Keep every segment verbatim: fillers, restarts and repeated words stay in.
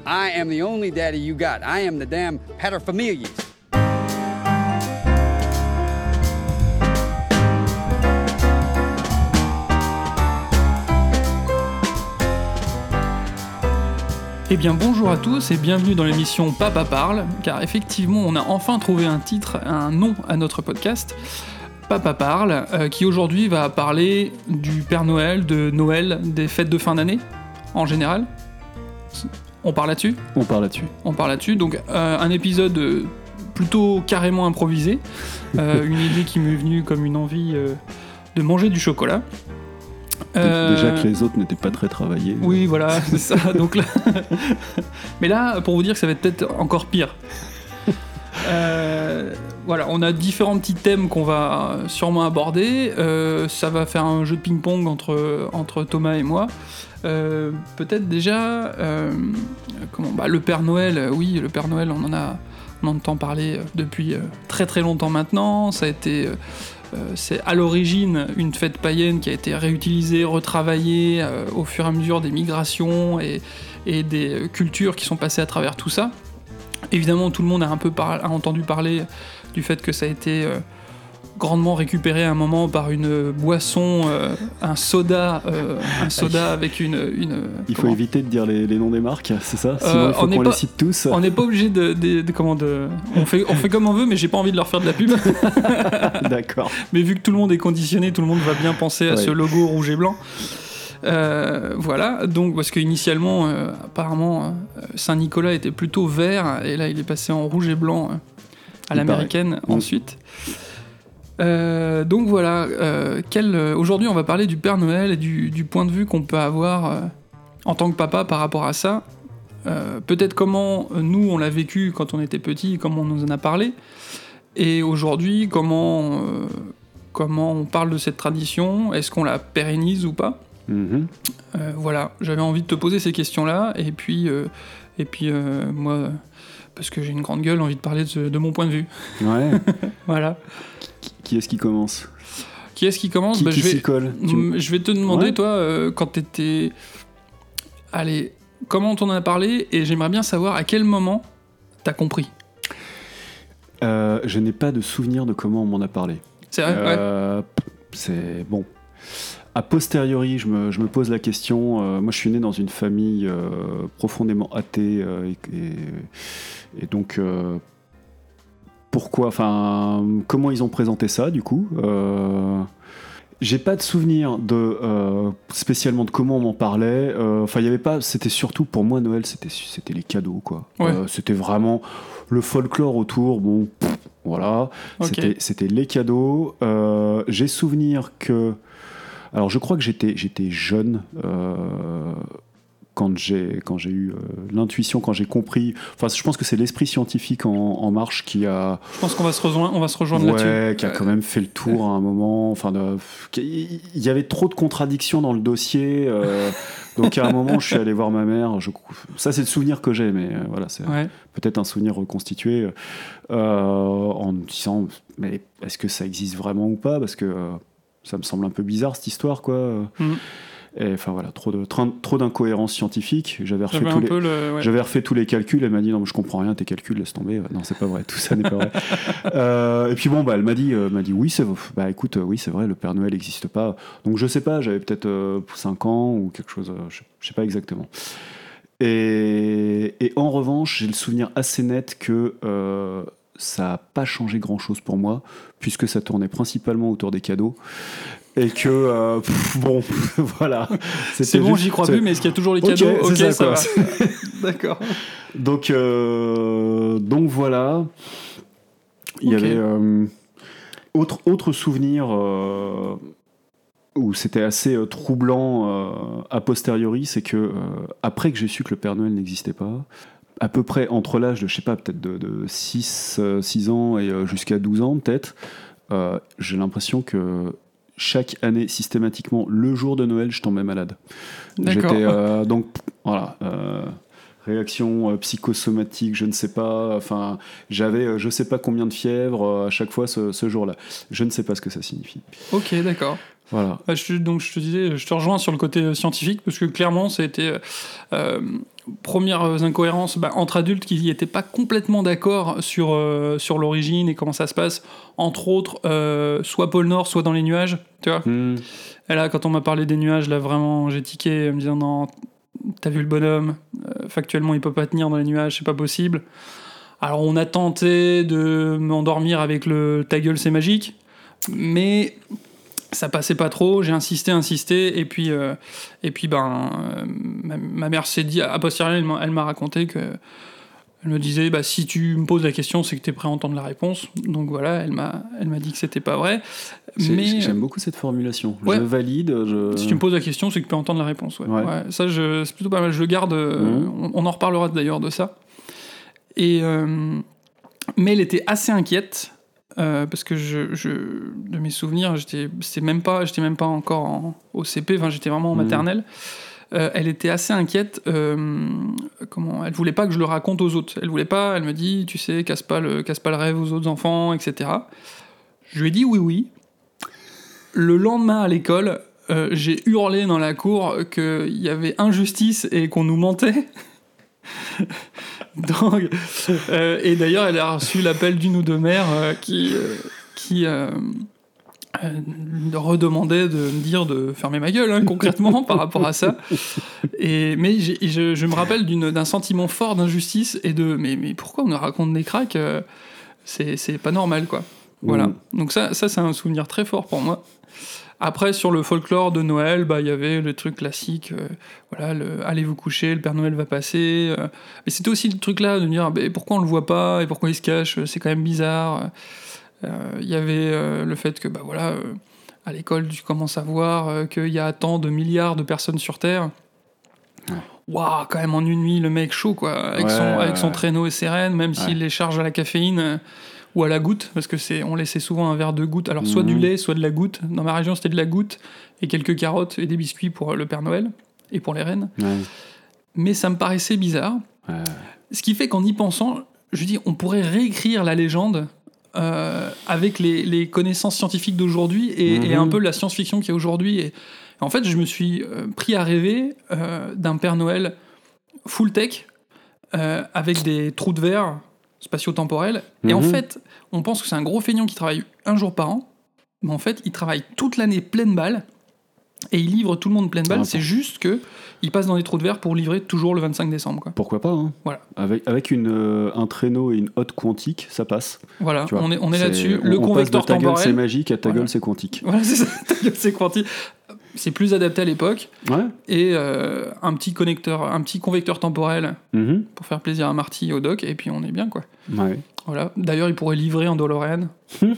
I am the only daddy you got. I am the damn paterfamilias. Eh bien bonjour à tous et bienvenue dans l'émission Papa Parle, car effectivement on a enfin trouvé un titre, un nom à notre podcast, Papa Parle, euh, qui aujourd'hui va parler du Père Noël, de Noël, des fêtes de fin d'année, en général. On parle là-dessus ? On parle là-dessus. On parle là-dessus, donc euh, un épisode plutôt carrément improvisé, euh, une idée qui m'est venue comme une envie euh, de manger du chocolat. Euh... Déjà que les autres n'étaient pas très travaillés. Oui, voilà, c'est ça. Donc là... Mais là, pour vous dire que ça va être peut-être encore pire. Euh, voilà, on a différents petits thèmes qu'on va sûrement aborder. Euh, ça va faire un jeu de ping-pong entre, entre Thomas et moi. Euh, peut-être déjà... Euh, comment, bah, le Père Noël, oui, le Père Noël, on en a... On entend parler depuis très très longtemps maintenant. Ça a été... Euh, c'est à l'origine une fête païenne qui a été réutilisée, retravaillée euh, au fur et à mesure des migrations et, et des cultures qui sont passées à travers tout ça. Évidemment, tout le monde a un peu par- a entendu parler du fait que ça a été euh, grandement récupéré à un moment par une boisson, euh, un soda, euh, un soda avec une... une il faut comment éviter de dire les, les noms des marques, c'est ça ? Sinon euh, il faut on qu'on pas, les cite tous. On n'est pas obligé de, de, de, comment de... On fait, on fait comme on veut, mais j'ai pas envie de leur faire de la pub. D'accord. Mais vu que tout le monde est conditionné, tout le monde va bien penser à ouais. ce logo rouge et blanc. Euh, voilà, donc parce qu'initialement, euh, apparemment, euh, Saint-Nicolas était plutôt vert, et là il est passé en rouge et blanc euh, à il l'américaine paraît. Ensuite. Mmh. Euh, donc voilà, euh, quel, euh, aujourd'hui on va parler du Père Noël et du, du point de vue qu'on peut avoir euh, en tant que papa par rapport à ça. Euh, peut-être comment euh, nous on l'a vécu quand on était petit, comment on nous en a parlé, et aujourd'hui comment, euh, comment on parle de cette tradition, est-ce qu'on la pérennise ou pas. Mmh. Euh, voilà, j'avais envie de te poser ces questions-là, et puis, euh, et puis euh, moi, parce que j'ai une grande gueule, envie de parler de, de mon point de vue. Ouais. Voilà. Qui, qui est-ce qui commence ? Qui est-ce qui commence ? Qui, bah, qui je vais, s'y colle tu... Je vais te demander, ouais. toi, euh, quand t'étais... Allez, comment on en a parlé, et j'aimerais bien savoir à quel moment t'as compris. Euh, je n'ai pas de souvenir de comment on m'en a parlé. C'est vrai ? euh, Ouais. C'est... Bon... A posteriori, je me, je me pose la question. Euh, moi, je suis né dans une famille euh, profondément athée, euh, et, et, et donc euh, pourquoi, enfin, comment ils ont présenté ça, du coup. Euh, j'ai pas de souvenir de euh, spécialement de comment on m'en parlait. Enfin, euh, il y avait pas. C'était surtout pour moi Noël, c'était c'était les cadeaux, quoi. Ouais. Euh, c'était vraiment le folklore autour. Bon, pff, voilà. Okay. C'était c'était les cadeaux. Euh, j'ai souvenir que Alors je crois que j'étais, j'étais jeune euh, quand, j'ai, quand j'ai eu euh, l'intuition, quand j'ai compris... Enfin, je pense que c'est l'esprit scientifique en, en marche qui a... Je pense qu'on va se rejoindre, on va se rejoindre ouais, là-dessus. Ouais, qui a quand même fait le tour à un moment. Enfin, de, il y avait trop de contradictions dans le dossier. Euh, donc à un moment, je suis allé voir ma mère. Je, ça, c'est le souvenir que j'ai, mais euh, voilà, c'est ouais. peut-être un souvenir reconstitué. Euh, en me disant, mais est-ce que ça existe vraiment ou pas ? Parce que... Euh, ça me semble un peu bizarre cette histoire, quoi. Mmh. Et enfin voilà, trop de trop, trop d'incohérences scientifiques. J'avais refait tous les, le, ouais. j'avais refait tous les calculs. Elle m'a dit non, mais je comprends rien, tes calculs, laisse tomber. Non, c'est pas vrai, tout ça n'est pas vrai. euh, et puis bon, bah, elle m'a dit, euh, m'a dit oui, c'est bah écoute, euh, oui, c'est vrai, le Père Noël n'existe pas. Donc je sais pas, j'avais peut-être euh, cinq ans ou quelque chose, euh, je, je sais pas exactement. Et, et en revanche, j'ai le souvenir assez net que euh, ça n'a pas changé grand-chose pour moi, puisque ça tournait principalement autour des cadeaux. Et que, euh, pff, bon, voilà. C'est bon, juste, j'y crois c'est... plus, mais est-ce qu'il y a toujours les okay, cadeaux ? Ok, ça, ça va. D'accord. Donc, euh, donc voilà. Il okay. y avait euh, autre, autre souvenir euh, où c'était assez euh, troublant euh, a posteriori, c'est que euh, après que j'ai su que le Père Noël n'existait pas, à peu près entre l'âge de, je sais pas, peut-être de, de six, six ans et jusqu'à douze ans, peut-être, euh, j'ai l'impression que chaque année, systématiquement, le jour de Noël, je tombais malade. D'accord. J'étais, euh, donc, voilà, euh, réaction euh, psychosomatique, je ne sais pas, enfin, j'avais euh, je ne sais pas combien de fièvre euh, à chaque fois ce, ce jour-là. Je ne sais pas ce que ça signifie. Ok, d'accord. Voilà. Je, donc je te disais, je te rejoins sur le côté scientifique, parce que clairement, ça a été... Euh, premières incohérences bah, entre adultes qui n'étaient pas complètement d'accord sur, euh, sur l'origine et comment ça se passe. Entre autres, euh, soit pôle Nord, soit dans les nuages, tu vois. Mm. Et là, quand on m'a parlé des nuages, là, vraiment, j'ai tiqué en me disant, non, t'as vu le bonhomme, euh, factuellement, il peut pas tenir dans les nuages, c'est pas possible. Alors, on a tenté de m'endormir avec le « ta gueule, c'est magique », mais... ça passait pas trop, j'ai insisté, insisté, et puis, euh, et puis ben, euh, ma, ma mère s'est dit, a posteriori, elle m'a, elle m'a raconté que, elle me disait, bah, si tu me poses la question, c'est que t'es prêt à entendre la réponse. Donc voilà, elle m'a, elle m'a dit que c'était pas vrai. C'est, mais j'aime beaucoup cette formulation. Ouais. Je valide. Je... Si tu me poses la question, c'est que tu peux entendre la réponse. Ouais. Ouais. Ouais, ça, je, c'est plutôt pas mal. Je le garde. Euh, Mmh. on, on en reparlera d'ailleurs de ça. Et euh, mais elle était assez inquiète. Euh, parce que je, je, de mes souvenirs, j'étais, c'était même pas, j'étais même pas encore en, au C P, enfin j'étais vraiment en maternelle. Euh, elle était assez inquiète. Euh, comment, elle voulait pas que je le raconte aux autres. Elle voulait pas. Elle me dit, tu sais, casse pas le, casse pas le rêve aux autres enfants, et cetera. Je lui ai dit oui, oui. Le lendemain à l'école, euh, j'ai hurlé dans la cour qu'il y avait injustice et qu'on nous mentait. Donc, euh, et d'ailleurs, elle a reçu l'appel d'une ou deux mères euh, qui, euh, qui euh, euh, redemandait de me dire de fermer ma gueule, hein, concrètement, par rapport à ça. Et, mais j'ai, je, je me rappelle d'une, d'un sentiment fort d'injustice et de mais, mais pourquoi on nous raconte des cracks euh, c'est, c'est pas normal, quoi. Voilà. Mmh. Donc ça, ça, c'est un souvenir très fort pour moi. Après, sur le folklore de Noël, bah, il y avait le truc classique, euh, voilà, le, allez vous coucher, le Père Noël va passer. Euh, mais c'était aussi le truc là de dire, bah, pourquoi on le voit pas et pourquoi il se cache, c'est quand même bizarre. Il euh, y avait euh, le fait que, bah voilà, euh, à l'école, tu commences à voir euh, qu'il y a tant de milliards de personnes sur Terre. Waouh, quand même en une nuit, le mec chaud, quoi, avec, Ouais, son, ouais, avec son ouais. traîneau et ses rênes, même Ouais. s'il les charge à la caféine. Euh, ou à la goutte, parce que c'est, on laissait souvent un verre de goutte, alors soit Mhm. du lait, soit de la goutte. Dans ma région, c'était de la goutte, et quelques carottes et des biscuits pour le Père Noël, et pour les reines. Ouais. Mais ça me paraissait bizarre. Ouais. Ce qui fait qu'en y pensant, je dis, on pourrait réécrire la légende euh, avec les, les connaissances scientifiques d'aujourd'hui, et, Mhm. et un peu la science-fiction qu'il y a aujourd'hui. Et, en fait, je me suis euh, pris à rêver euh, d'un Père Noël full tech, euh, avec des trous de verre spatio-temporels. Et en Mhm. fait, on pense que c'est un gros feignant qui travaille un jour par an, mais en fait, il travaille toute l'année pleine balle, et il livre tout le monde pleine balle. Ah, c'est bon. juste que il passe dans des trous de verre pour livrer toujours le vingt-cinq décembre, quoi. Pourquoi pas, hein. Voilà. Avec, avec une, euh, un traîneau et une hotte quantique, ça passe. Voilà, Tu vois, on est, on est c'est- là-dessus. on- Le on passe convecteur de ta gueule, c'est temporel. magique, à ta Voilà. gueule, c'est quantique. Voilà, c'est ça. Ta gueule, c'est quanti. C'est plus adapté à l'époque. Ouais. Et euh, un petit connecteur, un petit convecteur temporel Mhm. pour faire plaisir à Marty et au doc, et puis on est bien, quoi. Ouais. Voilà. D'ailleurs, il pourrait livrer en DeLorean.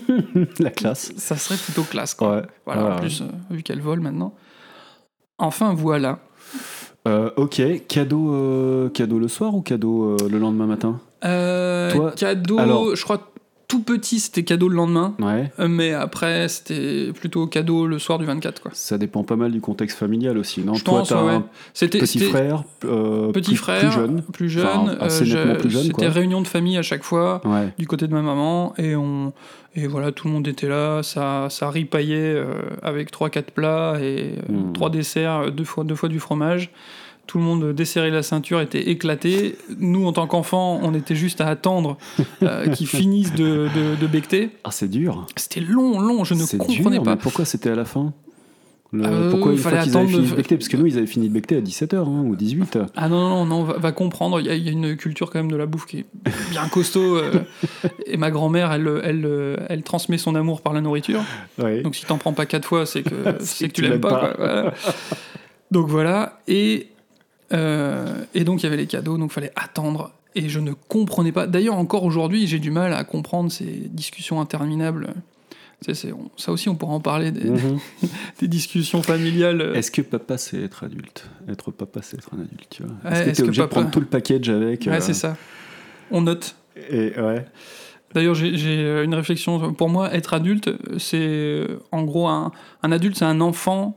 La classe. Ça serait plutôt classe, quoi. Ouais. Voilà, Ouais, en ouais. plus, euh, vu qu'elle vole maintenant. Enfin, voilà. Euh, ok, cadeau, euh, cadeau le soir ou cadeau euh, le lendemain matin? Euh, Toi, cadeau, alors- je crois tout petit, c'était cadeau le lendemain. Ouais. Euh, Mais après, c'était plutôt cadeau le soir du vingt-quatre, quoi. Ça dépend pas mal du contexte familial aussi, non? Je Toi, pense, t'as ouais, un ouais. C'était, petit c'était frère, euh, petit plus, frère, plus jeune. plus jeune. Enfin, assez euh, nettement j'ai- plus jeune, C'était quoi. réunion de famille à chaque fois, Ouais. du côté de ma maman, et on, et voilà, tout le monde était là. Ça, ça ripaillait euh, avec trois, quatre plats et euh, Hmm. trois desserts, deux fois, deux fois du fromage. Tout le monde desserrait la ceinture, était éclaté. Nous, en tant qu'enfants, on était juste à attendre euh, qu'ils finissent de, de, de becqueter. Ah, c'est dur. C'était long, long, je ne C'est comprenais dur, pas. mais pourquoi c'était à la fin? Le- Euh, pourquoi une fois fallait qu'ils avaient attendre fini de- de becter? Parce que nous, ils avaient fini de becter à dix-sept heures hein, ou dix-huit. Ah non, non, non, va, va comprendre, il y, a- il y a une culture quand même de la bouffe qui est bien costaud. euh, et ma grand-mère, elle, elle, euh, elle transmet son amour par la nourriture. Ouais. Donc si t'en prends pas quatre fois, c'est que, c'est que tu tu l'aimes l'aimes pas. pas. Quoi, voilà. Donc voilà, et, euh, et donc il y avait les cadeaux, donc il fallait attendre. Et je ne comprenais pas. D'ailleurs, encore aujourd'hui, j'ai du mal à comprendre ces discussions interminables. Tu sais, c'est- on- ça aussi, on pourra en parler, des, Mhm. des discussions familiales. Est-ce que papa, c'est être adulte? Être papa, c'est être un adulte, tu vois. Ouais, Est-ce que est-ce t'es que obligé papa- de prendre tout le package avec Ouais, euh, c'est ça. On note. Et ouais. D'ailleurs, j'ai, j'ai euh, une réflexion. Pour moi, être adulte, c'est euh, en gros un, un adulte, c'est un enfant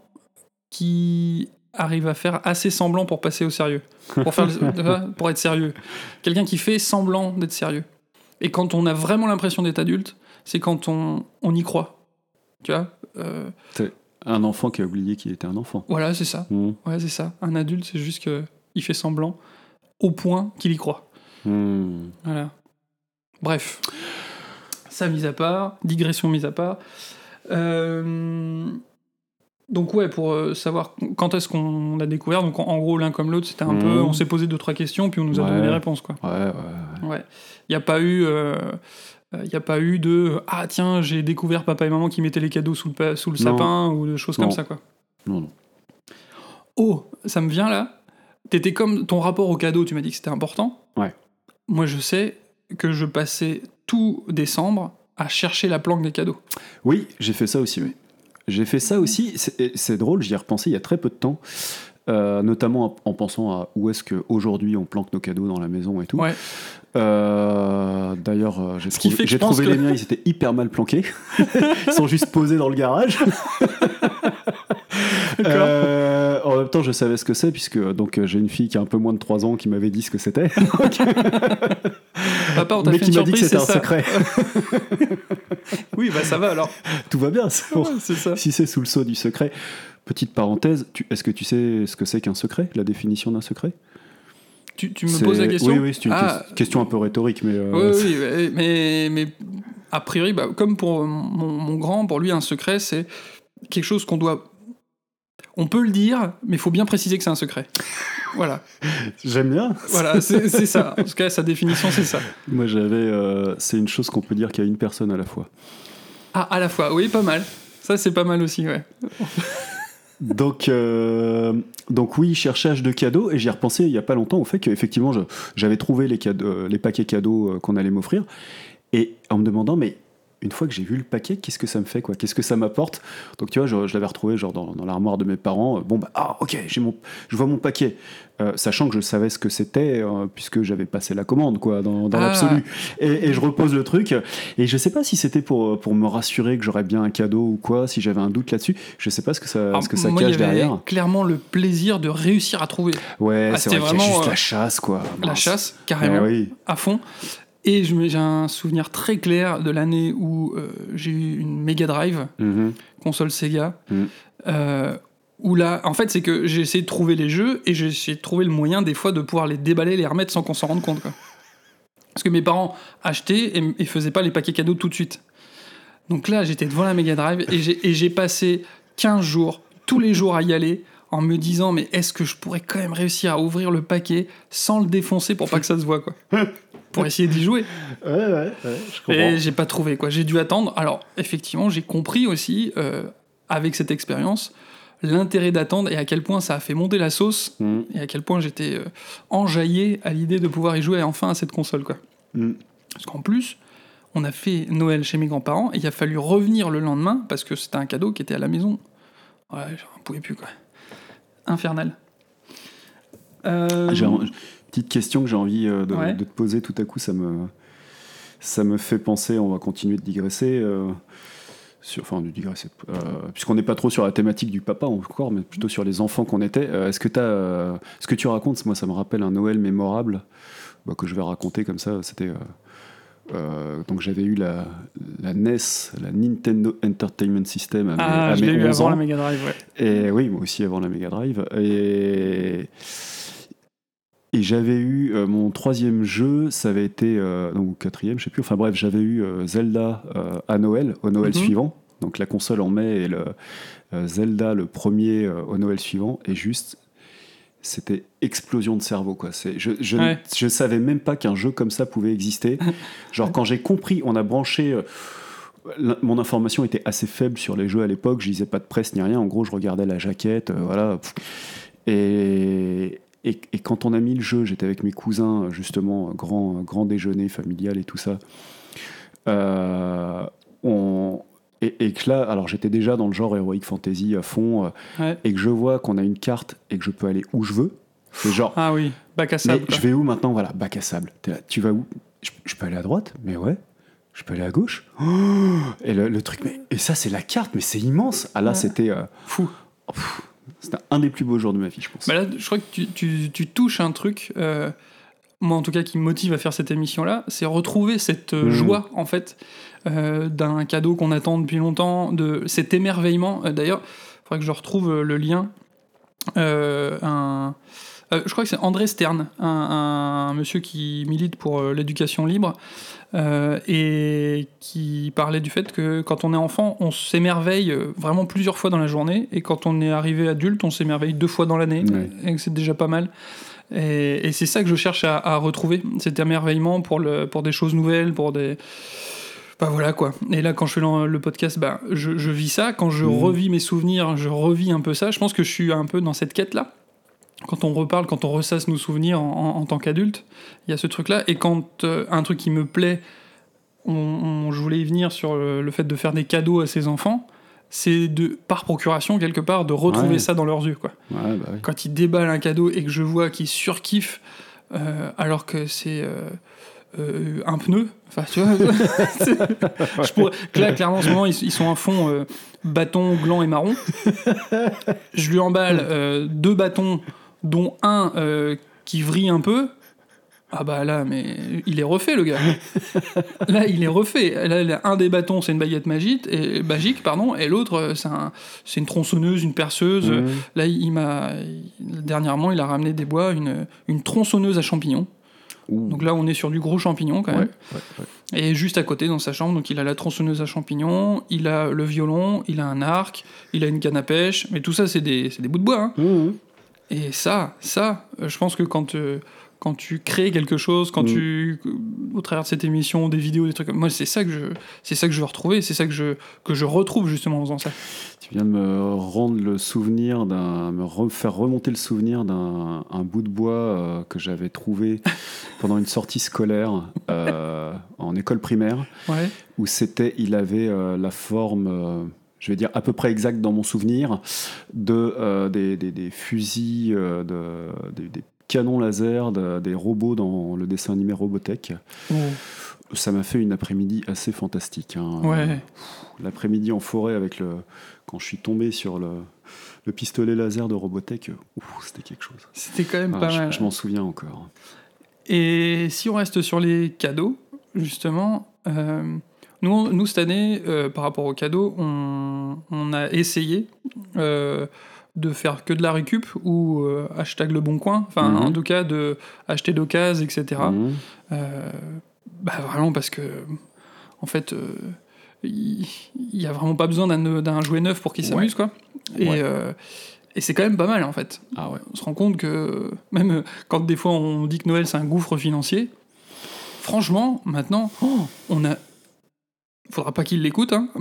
qui arrive à faire assez semblant pour passer au sérieux, pour faire, le- tu vois, pour être sérieux. Quelqu'un qui fait semblant d'être sérieux. Et quand on a vraiment l'impression d'être adulte, c'est quand on, on y croit. Tu vois euh, C'est un enfant qui a oublié qu'il était un enfant. Voilà, c'est ça. Mhm. Ouais, c'est ça. Un adulte, c'est juste que il fait semblant. au point qu'il y croit. Mmh. Voilà. Bref. Ça mise à part, digression mise à part. Euh... Donc ouais, pour euh, savoir quand est-ce qu'on a découvert, donc en, en gros l'un comme l'autre, c'était un Mmh. peu, on s'est posé deux trois questions, puis on nous a Ouais. donné les réponses, quoi. Ouais, ouais, ouais. Ouais. Il n'y a pas eu, euh, il y a pas eu de ah tiens j'ai découvert papa et maman qui mettaient les cadeaux sous le pa- sous le Non. sapin ou de choses Non. comme ça, quoi. Non, non. Oh, ça me vient là. T'étais comme ton rapport au cadeau, tu m'as dit que c'était important. Ouais. Moi je sais que je passais tout décembre à chercher la planque des cadeaux. Oui, j'ai fait ça aussi, oui. J'ai fait ça aussi, c'est, c'est drôle, j'y ai repensé il y a très peu de temps, euh, notamment en pensant à où est-ce qu'aujourd'hui on planque nos cadeaux dans la maison et tout. Ouais. Euh, d'ailleurs, euh, j'ai Ce qui trouvé, fait que j'ai je pense trouvé que- les miens, ils étaient hyper mal planqués. Ils sont juste posés dans le garage. Euh, en même temps, je savais ce que c'est, puisque donc, euh, j'ai une fille qui a un peu moins de trois ans qui m'avait dit ce que c'était. Papa, on t'a Mais fait qui une m'a dit que surprise, c'était c'est un ça. secret. Oui, bah ça va alors. Tout va bien, c'est bon. C'est ça. Si c'est sous le sceau du secret. Petite parenthèse, tu, est-ce que tu sais ce que c'est qu'un secret, la définition d'un secret? Tu, tu me C'est- poses la question. Oui, oui, c'est une Ah, ques- question un peu rhétorique, mais... euh, Oui, c'est- oui, oui, mais, mais a priori, bah, comme pour mon, mon grand, pour lui, un secret, c'est quelque chose qu'on doit... On peut le dire, mais il faut bien préciser que c'est un secret. Voilà, J'aime bien. voilà, c'est c'est ça. En tout cas, sa définition, c'est ça. Moi, j'avais... euh, c'est une chose qu'on peut dire qu'à une personne à la fois. Ah, à la fois, oui, pas mal. Ça, c'est pas mal aussi, ouais. Donc, euh, donc oui, cherchage de cadeaux, et j'y ai repensé il y a pas longtemps au fait qu'effectivement, je- j'avais trouvé les, cadeaux, euh, les paquets cadeaux euh, qu'on allait m'offrir, et en me demandant, mais une fois que j'ai vu le paquet, qu'est-ce que ça me fait, quoi? Qu'est-ce que ça m'apporte? Donc tu vois, je, je l'avais retrouvé genre dans, dans l'armoire de mes parents. Bon bah ah ok, j'ai mon, je vois mon paquet, Euh, sachant que je savais ce que c'était euh, puisque j'avais passé la commande quoi, dans, dans Ah. l'absolu. Et, et je repose le truc, et je sais pas si c'était pour pour me rassurer que j'aurais bien un cadeau ou quoi, si j'avais un doute là-dessus. Je sais pas ce que ça, Alors, ce que ça moi, il cache y avait derrière. clairement le plaisir de réussir à trouver Ouais, Ah, c'est c'était vrai qu'il y a vraiment, juste euh, la chasse quoi. la Mince. chasse, carrément, Eh oui. à fond. Et je me- j'ai un souvenir très clair de l'année où euh, j'ai eu une Mega Drive, Mhm. console Sega, Mm. euh, où là, en fait, c'est que j'ai essayé de trouver les jeux et j'ai essayé de trouver le moyen, des fois, de pouvoir les déballer, les remettre sans qu'on s'en rende compte, quoi. Parce que mes parents achetaient et, et faisaient pas les paquets cadeaux tout de suite. Donc là, j'étais devant la Mega Drive et j'ai, et j'ai passé quinze jours, tous les jours à y aller, en me disant, mais est-ce que je pourrais quand même réussir à ouvrir le paquet sans le défoncer pour pas que ça se voit, quoi. Pour essayer d'y jouer. Ouais, ouais, ouais, je comprends. Et j'ai pas trouvé, quoi. J'ai dû attendre. Alors, effectivement, j'ai compris aussi, euh, avec cette expérience, l'intérêt d'attendre et à quel point ça a fait monter la sauce Mm. et à quel point j'étais euh, enjaillé à l'idée de pouvoir y jouer enfin à cette console, quoi. Mm. Parce qu'en plus, on a fait Noël chez mes grands-parents et il a fallu revenir le lendemain parce que c'était un cadeau qui était à la maison. Ouais, j'en pouvais plus, quoi. Infernal. Euh, J'ai un- petite question que j'ai envie euh, de, Ouais. de te poser tout à coup, ça me, ça me fait penser, on va continuer de digresser, euh, sur, enfin de digresser, euh, puisqu'on n'est pas trop sur la thématique du papa encore, mais plutôt sur les enfants qu'on était. Euh, est-ce que t'as, euh, ce que tu racontes, moi ça me rappelle un Noël mémorable bah, que je vais raconter comme ça. C'était euh, euh, donc j'avais eu la, la N E S, la Nintendo Entertainment System à mes, Ah, à je mes l'ai eu onze avant ans. la Mega Drive, ouais. Et oui, moi aussi avant la Mega Drive. Et, et j'avais eu euh, mon troisième jeu, ça avait été, euh, non, ou quatrième, je sais plus. Enfin bref, j'avais eu euh, Zelda euh, à Noël, au Noël Mhm. suivant. Donc la console en mai et le euh, Zelda le premier euh, au Noël suivant. Et juste, c'était explosion de cerveau quoi. C'est, je, je, Ouais. je savais même pas qu'un jeu comme ça pouvait exister. Genre quand j'ai compris, on a branché. euh, la- mon information était assez faible sur les jeux à l'époque, je lisais pas de presse ni rien, en gros je regardais la jaquette, euh, voilà. Pff. Et, et, et quand on a mis le jeu, j'étais avec mes cousins, justement, grand, grand déjeuner familial et tout ça. Euh, on, et, et que là, alors j'étais déjà dans le genre Heroic Fantasy à fond, euh, Ouais. et que je vois qu'on a une carte et que je peux aller où je veux. C'est genre, Ah oui, bac à mais sable. quoi. je vais où maintenant? Voilà, bac à sable. T'es là, tu vas où? je, je peux aller à droite? Mais ouais. Je peux aller à gauche? Oh et le, le truc, mais et ça c'est la carte, mais c'est immense. Ah là Ouais. c'était, euh, Fou. oh, pff, c'était un des plus beaux jours de ma vie, je pense. Bah là, je crois que tu, tu, tu touches un truc, euh, moi en tout cas qui me motive à faire cette émission-là, c'est retrouver cette euh, Mmh. joie en fait euh, d'un cadeau qu'on attend depuis longtemps, de cet émerveillement. Euh, D'ailleurs, il faudrait que je retrouve euh, le lien. Euh, un, Euh, je crois que c'est André Stern, un, un, un monsieur qui milite pour euh, l'éducation libre, euh, et qui parlait du fait que quand on est enfant, on s'émerveille vraiment plusieurs fois dans la journée, et quand on est arrivé adulte, on s'émerveille deux fois dans l'année, Ouais. et que c'est déjà pas mal. Et, et c'est ça que je cherche à, à retrouver, cet émerveillement pour, le, pour des choses nouvelles, pour des... Bah voilà quoi. Et là, quand je fais le, le podcast, bah, je, je vis ça. Quand je mmh. revis mes souvenirs, je revis un peu ça. Je pense que je suis un peu dans cette quête-là. Quand on reparle, quand on ressasse nos souvenirs en, en, en tant qu'adulte, il y a ce truc-là. Et quand euh, un truc qui me plaît, on, on, je voulais y venir sur le, le fait de faire des cadeaux à ses enfants, c'est de, par procuration, quelque part, de retrouver ouais. ça dans leurs yeux, quoi. Ouais, bah oui. Quand ils déballent un cadeau et que je vois qu'ils surkiffent, euh, alors que c'est... Euh, Euh, un pneu, enfin tu vois, je pourrais, là clairement en ce moment ils, ils sont à fond euh, bâton gland et marron. Je lui emballe euh, deux bâtons dont un euh, qui vrille un peu. Ah bah là mais il est refait le gars. Là il est refait. Là un des bâtons c'est une baguette magique et magique pardon et l'autre c'est un, c'est une tronçonneuse, une perceuse. Mmh. Là il m'a il, dernièrement il a ramené des bois une une tronçonneuse à champignons. Ouh. Donc là, on est sur du gros champignon quand même. Ouais, ouais, ouais. Et juste à côté, dans sa chambre, donc il a la tronçonneuse à champignons, il a le violon, il a un arc, il a une canne à pêche. Mais tout ça, c'est des, c'est des bouts de bois. Hein. Mmh. Et ça, ça, je pense que quand, euh, quand tu crées quelque chose, quand mmh. tu, au travers de cette émission, des vidéos, des trucs, moi, c'est ça que je, c'est ça que je veux retrouver, c'est ça que je, que je retrouve justement en faisant ça. Tu viens de me rendre le souvenir d'un, me re, faire remonter le souvenir d'un un bout de bois euh, que j'avais trouvé pendant une sortie scolaire euh, en école primaire, ouais. où c'était, il avait euh, la forme, euh, je vais dire à peu près exacte dans mon souvenir, de euh, des, des, des fusils, euh, de, des, des canons laser, de, des robots dans le dessin animé Robotech. Oh. Ça m'a fait une après-midi assez fantastique. Hein. Ouais. L'après-midi en forêt avec le, quand je suis tombé sur le, le pistolet laser de Robotech, ouf, c'était quelque chose. C'était quand même ah, pas je, mal. Je m'en souviens encore. Et si on reste sur les cadeaux, justement, euh, nous, nous cette année, euh, par rapport aux cadeaux, on, on a essayé euh, de faire que de la récup ou euh, hashtag le bon coin, enfin mm-hmm. en tout cas de acheter d'occasion, et cetera. Mm-hmm. Euh, bah vraiment parce que en fait euh, il y, y a vraiment pas besoin d'un, d'un jouet neuf pour qu'il s'amuse, ouais. quoi. Et, ouais. euh, et c'est quand même pas mal en fait. Ah ouais. On se rend compte que même quand des fois on dit que Noël c'est un gouffre financier, franchement maintenant oh, on a, faudra pas qu'il l'écoute, hein.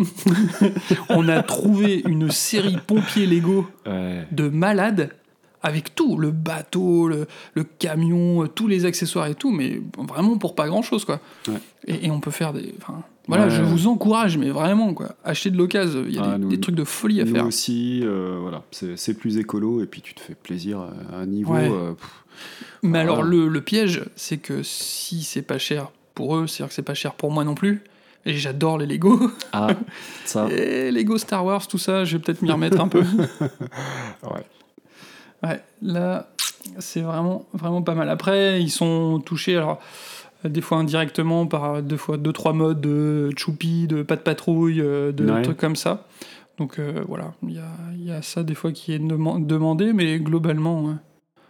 On a trouvé une série pompiers Lego ouais. de malades. Avec tout, le bateau, le, le camion, tous les accessoires et tout, mais vraiment pour pas grand-chose, quoi. Ouais. Et, et on peut faire des... Voilà, ouais, je ouais. vous encourage, mais vraiment, quoi. Acheter de l'occasion, il y a ah, des, nous, des trucs de folie à nous faire. Nous aussi, euh, voilà, c'est, c'est plus écolo, et puis tu te fais plaisir à un niveau... Ouais. Euh, mais voilà. alors, le, le piège, c'est que si c'est pas cher pour eux, c'est-à-dire que c'est pas cher pour moi non plus, et j'adore les Lego. Ah, ça. Et Lego Star Wars, tout ça, je vais peut-être m'y remettre un peu. Ouais. Ouais, là, c'est vraiment, vraiment pas mal. Après, ils sont touchés, alors, des fois indirectement, par deux, fois, deux trois modes de Choupi, de Pas de Patrouille, de ouais. trucs comme ça. Donc euh, voilà, il y a, y a ça des fois qui est dem- demandé, mais globalement, ouais,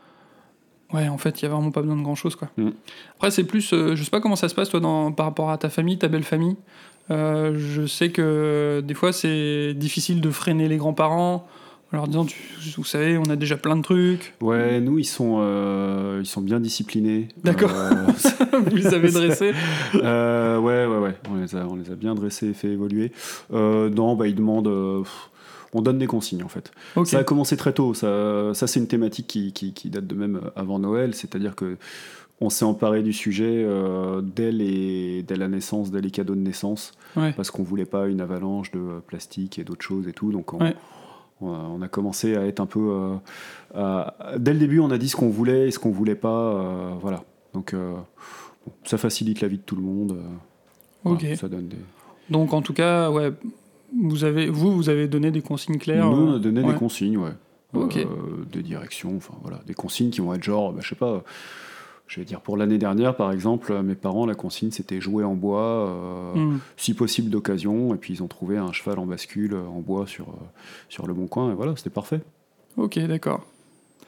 ouais en fait, il n'y a vraiment pas besoin de grand-chose, quoi. Mm. Après, c'est plus, euh, je sais pas comment ça se passe, toi, dans, par rapport à ta famille, ta belle famille. Euh, je sais que des fois, c'est difficile de freiner les grands-parents. Alors disant, tu, vous savez, on a déjà plein de trucs. Ouais, nous, ils sont, euh, ils sont bien disciplinés. D'accord. Euh, vous les avez dressés euh, Ouais, ouais, ouais. On les a, on les a bien dressés et fait évoluer. Euh, non, bah, ils demandent... Euh, on donne des consignes, en fait. Okay. Ça a commencé très tôt. Ça, ça c'est une thématique qui, qui, qui date de même avant Noël. C'est-à-dire que on s'est emparé du sujet euh, dès, les, dès la naissance, dès les cadeaux de naissance. Ouais. Parce qu'on voulait pas une avalanche de plastique et d'autres choses et tout. Donc on... Ouais. On a commencé à être un peu... Euh, à, dès le début, on a dit ce qu'on voulait et ce qu'on ne voulait pas. Euh, voilà. Donc, euh, bon, ça facilite la vie de tout le monde. Euh, ok. Voilà, ça donne des... Donc, en tout cas, ouais, vous, avez, vous, vous avez donné des consignes claires. Nous, on a euh, donné ouais. des consignes, ouais. Ok. Euh, des directions, enfin, voilà. Des consignes qui vont être genre, bah, je sais pas... Je vais dire, pour l'année dernière, par exemple, mes parents, la consigne, c'était jouer en bois, euh, mm. si possible d'occasion, et puis ils ont trouvé un cheval en bascule en bois sur, euh, sur le Bon Coin, et voilà, c'était parfait. Ok, d'accord.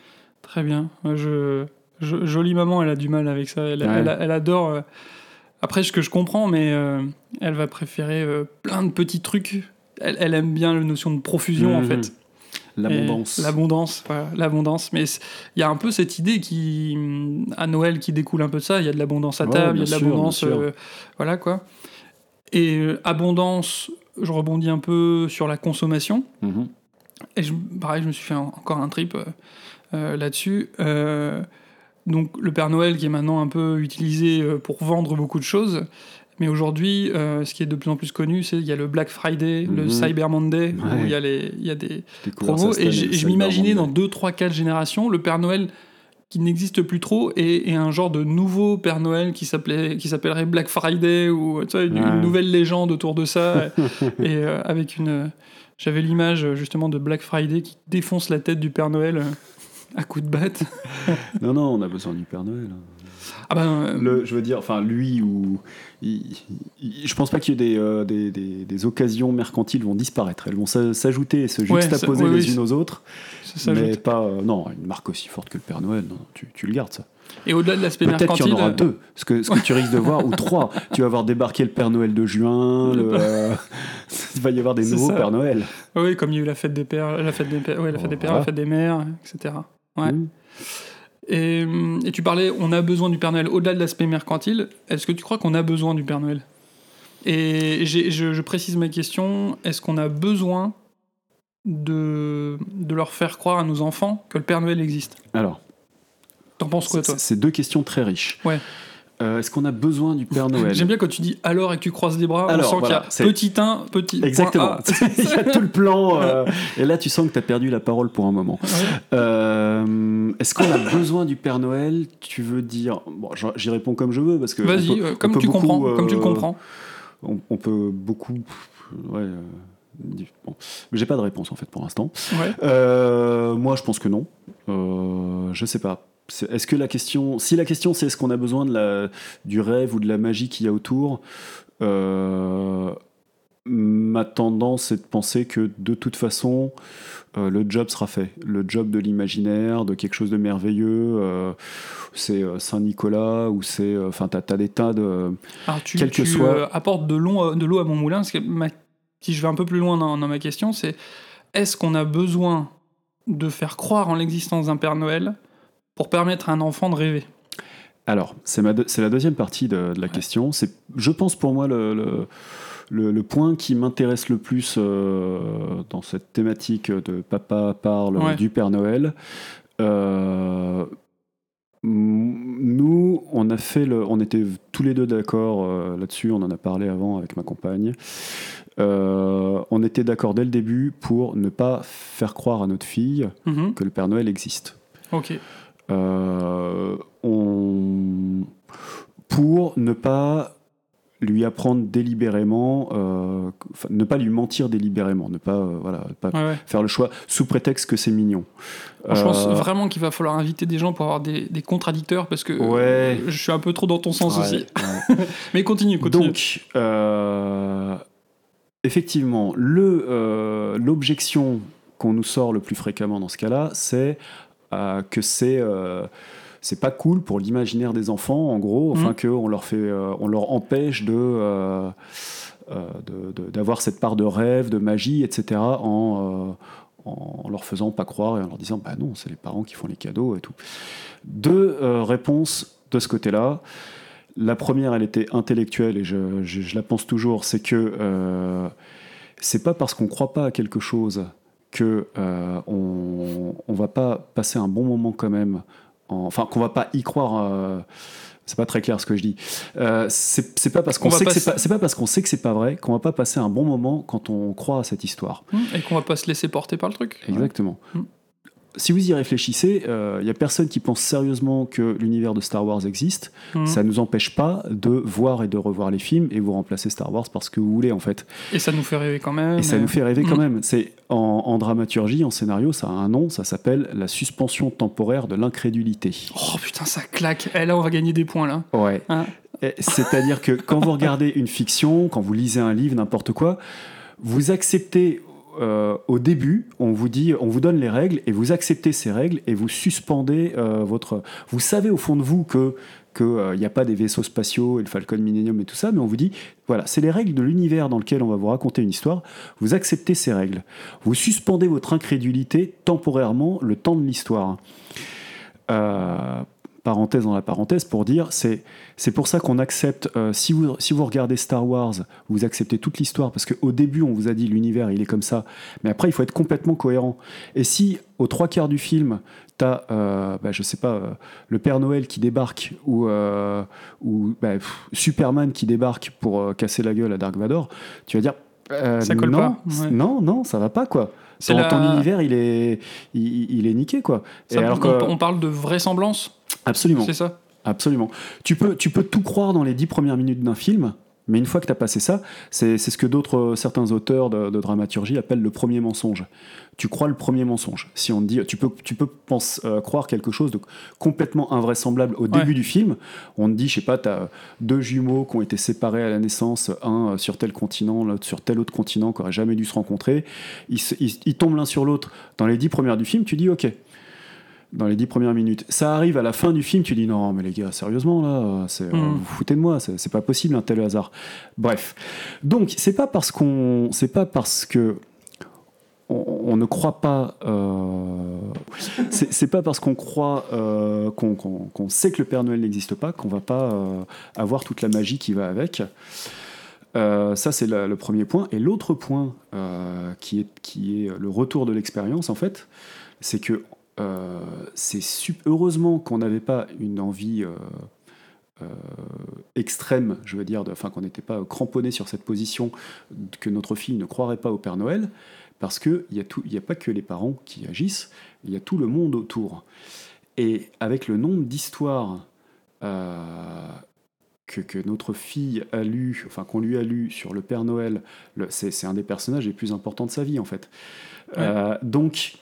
Très bien. Je, je, jolie maman, elle a du mal avec ça. Elle, Ouais. elle, elle adore. euh, Après, ce que je comprends, mais euh, elle va préférer euh, plein de petits trucs. Elle, elle aime bien la notion de profusion, en Mhm. fait. L'abondance. Et L'abondance, voilà, l'abondance. Mais c'est- il y a un peu cette idée qui, hum, à Noël qui découle un peu de ça. Il y a de l'abondance à Ouais, table, il y a bien de sûr, l'abondance. bien sûr. euh, voilà quoi. Et euh, abondance, je rebondis un peu sur la consommation. Mhm. Et je, pareil, je me suis fait un- encore un trip euh, euh, là-dessus. Euh, donc le Père Noël qui est maintenant un peu utilisé euh, pour vendre beaucoup de choses. Mais aujourd'hui, euh, ce qui est de plus en plus connu, c'est qu'il y a le Black Friday, le Mhm. Cyber Monday, où Ouais. il y a, les, il y a des J'ai découvert promos. ça cette Et année, j'ai- le je Cyber m'imaginais dans Monday. deux, trois, quatre générations, le Père Noël qui n'existe plus trop et, et un genre de nouveau Père Noël qui s'appelait qui s'appellerait Black Friday ou tu vois, une, Ouais. une nouvelle légende autour de ça et euh, avec une j'avais l'image justement de Black Friday qui défonce la tête du Père Noël euh, à coups de batte. Non, non, on a besoin du Père Noël. Ah ben euh, Le, je veux dire, enfin, lui ou. il- il- je pense pas qu'il y ait des, euh, des, des- des occasions mercantiles vont disparaître. Elles vont s'a- s'ajouter et se Ouais, juxtaposer ça- oui, les oui, unes aux autres. c'est ça. mais je- pas. euh, non, une marque aussi forte que le Père Noël, non, tu, tu le gardes ça. Et au-delà de l'aspect Peut-être qu'il y mercantile, en aura euh, deux. Ce que, ce que tu risques de voir, ou trois. Tu vas voir débarquer le Père Noël de juin. Le, euh, il va y avoir des C'est nouveaux ça. Père Noël. oui, comme il y a eu la fête des pères, la fête des pères, ouais, la fête des pères, Voilà. la fête des mères, et cetera. Ouais. Mmh. Et, hum, et tu parlais, on a besoin du Père Noël au-delà de l'aspect mercantile. Est-ce que tu crois qu'on a besoin du Père Noël? Et j'ai- je, je précise ma question, est-ce qu'on a besoin de, de leur faire croire à nos enfants que le Père Noël existe? Alors, T'en penses quoi, toi? c'est c'est deux questions très riches. Ouais. Euh, Est-ce qu'on a besoin du Père Noël? J'aime bien quand tu dis alors et que tu croises les bras, Alors, on sent voilà, qu'il y c'est- a petit un, petit point Exactement. A. Il y a tout le plan. euh, et là, tu sens que tu as perdu la parole pour un moment. Ouais. Euh, Est-ce qu'on a besoin du Père Noël? Tu veux dire. Bon, j'en- j'y réponds comme je veux parce que. on Vas-y, peut- euh, on comme peut tu beaucoup, comprends, euh, comme tu le comprends. On, on peut beaucoup. Ouais. euh, di- bon. Mais j'ai pas de réponse en fait pour l'instant. Ouais. Euh, moi, je pense que non. Euh, je sais pas. C'est- Est-ce que la question, si la question c'est est-ce qu'on a besoin de la, du rêve ou de la magie qu'il y a autour, euh, ma tendance est de penser que de toute façon, euh, le job sera fait. Le job de l'imaginaire, de quelque chose de merveilleux, euh, c'est euh, Saint-Nicolas ou c'est, enfin, t'as, t'as des tas de. Alors tu, Quel que tu, soit- euh, apportes de l'eau, à- de l'eau à mon moulin, parce que ma- si je vais un peu plus loin dans, dans ma question, c'est est-ce qu'on a besoin de faire croire en l'existence d'un Père Noël pour permettre à un enfant de rêver? Alors, c'est, ma deux- c'est la deuxième partie de, de la question. C'est, je pense pour moi, le, le, le- le point qui m'intéresse le plus euh, dans cette thématique de Papa parle Ouais. du Père Noël. Euh, m- nous, on a fait le, on était tous les deux d'accord euh, là-dessus. On en a parlé avant avec ma compagne. Euh, on était d'accord dès le début pour ne pas faire croire à notre fille Mhm. que le Père Noël existe. Ok. Euh, on... pour ne pas lui apprendre délibérément, euh, enfin, ne pas lui mentir délibérément, ne pas, euh, voilà, pas Ouais, ouais. faire le choix sous prétexte que c'est mignon. Je pense Euh, vraiment qu'il va falloir inviter des gens pour avoir des, des contradicteurs, parce que Ouais. euh, je suis un peu trop dans ton sens ouais, aussi. ouais. Mais continue, continue. Donc, euh, effectivement, le, euh, l'objection qu'on nous sort le plus fréquemment dans ce cas-là, c'est euh, que c'est euh, c'est pas cool pour l'imaginaire des enfants, en gros, enfin Mhm. qu'on leur fait, euh, on leur empêche de, euh, euh, de- de- d'avoir cette part de rêve, de magie, et cetera, en, euh, en leur faisant pas croire et en leur disant bah non, c'est les parents qui font les cadeaux et tout. Deux euh, réponses de ce côté-là. La première, elle était intellectuelle et je, je- je la pense toujours, c'est que euh, c'est pas parce qu'on croit pas à quelque chose que euh, on, on va pas passer un bon moment quand même, en- enfin qu'on va pas y croire. euh, c'est pas très clair ce que je dis. Euh, c'est, c'est pas parce qu'on Qu'on va sait que c'est passer- pas, c'est pas parce qu'on sait que c'est pas vrai qu'on va pas passer un bon moment quand on croit à cette histoire. Hum, Et qu'on va pas se laisser porter par le truc. Exactement. Mm. Si vous y réfléchissez, il n'y a personne qui pense sérieusement que l'univers de Star Wars existe. Mhm. Ça ne nous empêche pas de voir et de revoir les films et vous remplacer Star Wars parce que vous voulez, en fait. Et ça nous fait rêver quand même. Et ça et- nous fait rêver quand Mhm. même. C'est en, en dramaturgie, en scénario, ça a un nom, ça s'appelle la suspension temporaire de l'incrédulité. Oh putain, ça claque. Et là, on va gagner des points, là. Ouais. Hein. Et C'est-à-dire que quand vous regardez une fiction, quand vous lisez un livre, n'importe quoi, vous acceptez euh, au début, on vous dit, on vous donne les règles et vous acceptez ces règles et vous suspendez euh, votre. Vous savez au fond de vous que qu'il n'y euh, a pas des vaisseaux spatiaux et le Falcon Millennium et tout ça, mais on vous dit, voilà, c'est les règles de l'univers dans lequel on va vous raconter une histoire, vous acceptez ces règles. Vous suspendez votre incrédulité temporairement le temps de l'histoire. Euh, parenthèse dans la parenthèse pour dire, c'est, c'est pour ça qu'on accepte, euh, si, vous, si vous regardez Star Wars, vous acceptez toute l'histoire, parce qu'au début, on vous a dit l'univers, il est comme ça, mais après, il faut être complètement cohérent. Et si, aux trois quarts du film, t'as, euh, bah, je sais pas, euh, le Père Noël qui débarque, ou, euh, ou bah, pff, Superman qui débarque pour euh, casser la gueule à Dark Vador, tu vas dire, euh, ça colle non, pas. Ouais. non, non, ça va pas, quoi. Ton, La... ton univers, il est, il, il est niqué, quoi. Ça, Et alors on, que... on parle de vraisemblance. Absolument. C'est ça. Absolument. Tu peux, tu peux tout croire dans les dix premières minutes d'un film, mais une fois que tu as passé ça, c'est, c'est ce que d'autres, certains auteurs de, de dramaturgie appellent le premier mensonge. Tu crois le premier mensonge. Si on te dit, tu peux, tu peux pense, euh, croire quelque chose de complètement invraisemblable au début ouais. du film. On te dit, je sais pas, tu as deux jumeaux qui ont été séparés à la naissance, un sur tel continent, l'autre sur tel autre continent, qui n'auraient jamais dû se rencontrer. Ils, ils, ils tombent l'un sur l'autre. Dans les dix premières du film, tu dis, ok. Dans les dix premières minutes. Ça arrive à la fin du film, tu dis non, mais les gars, sérieusement, là, c'est, mmh. vous vous foutez de moi, c'est, c'est pas possible un tel hasard. Bref. Donc, c'est pas parce qu'on. C'est pas parce que. On, on ne croit pas. Euh, c'est, c'est pas parce qu'on croit. Euh, qu'on, qu'on, qu'on sait que le Père Noël n'existe pas qu'on va pas euh, avoir toute la magie qui va avec. Euh, ça, c'est la, le premier point. Et l'autre point, euh, qui, est, qui est le retour de l'expérience, en fait, c'est que. Euh, c'est super, heureusement qu'on n'avait pas une envie euh, euh, extrême, je veux dire, de, enfin qu'on n'était pas cramponné sur cette position, que notre fille ne croirait pas au Père Noël, parce qu'il n'y a, a pas que les parents qui agissent, il y a tout le monde autour. Et avec le nombre d'histoires euh, que, que notre fille a lu, enfin qu'on lui a lu sur le Père Noël, le, c'est, c'est un des personnages les plus importants de sa vie en fait. Ouais. Euh, donc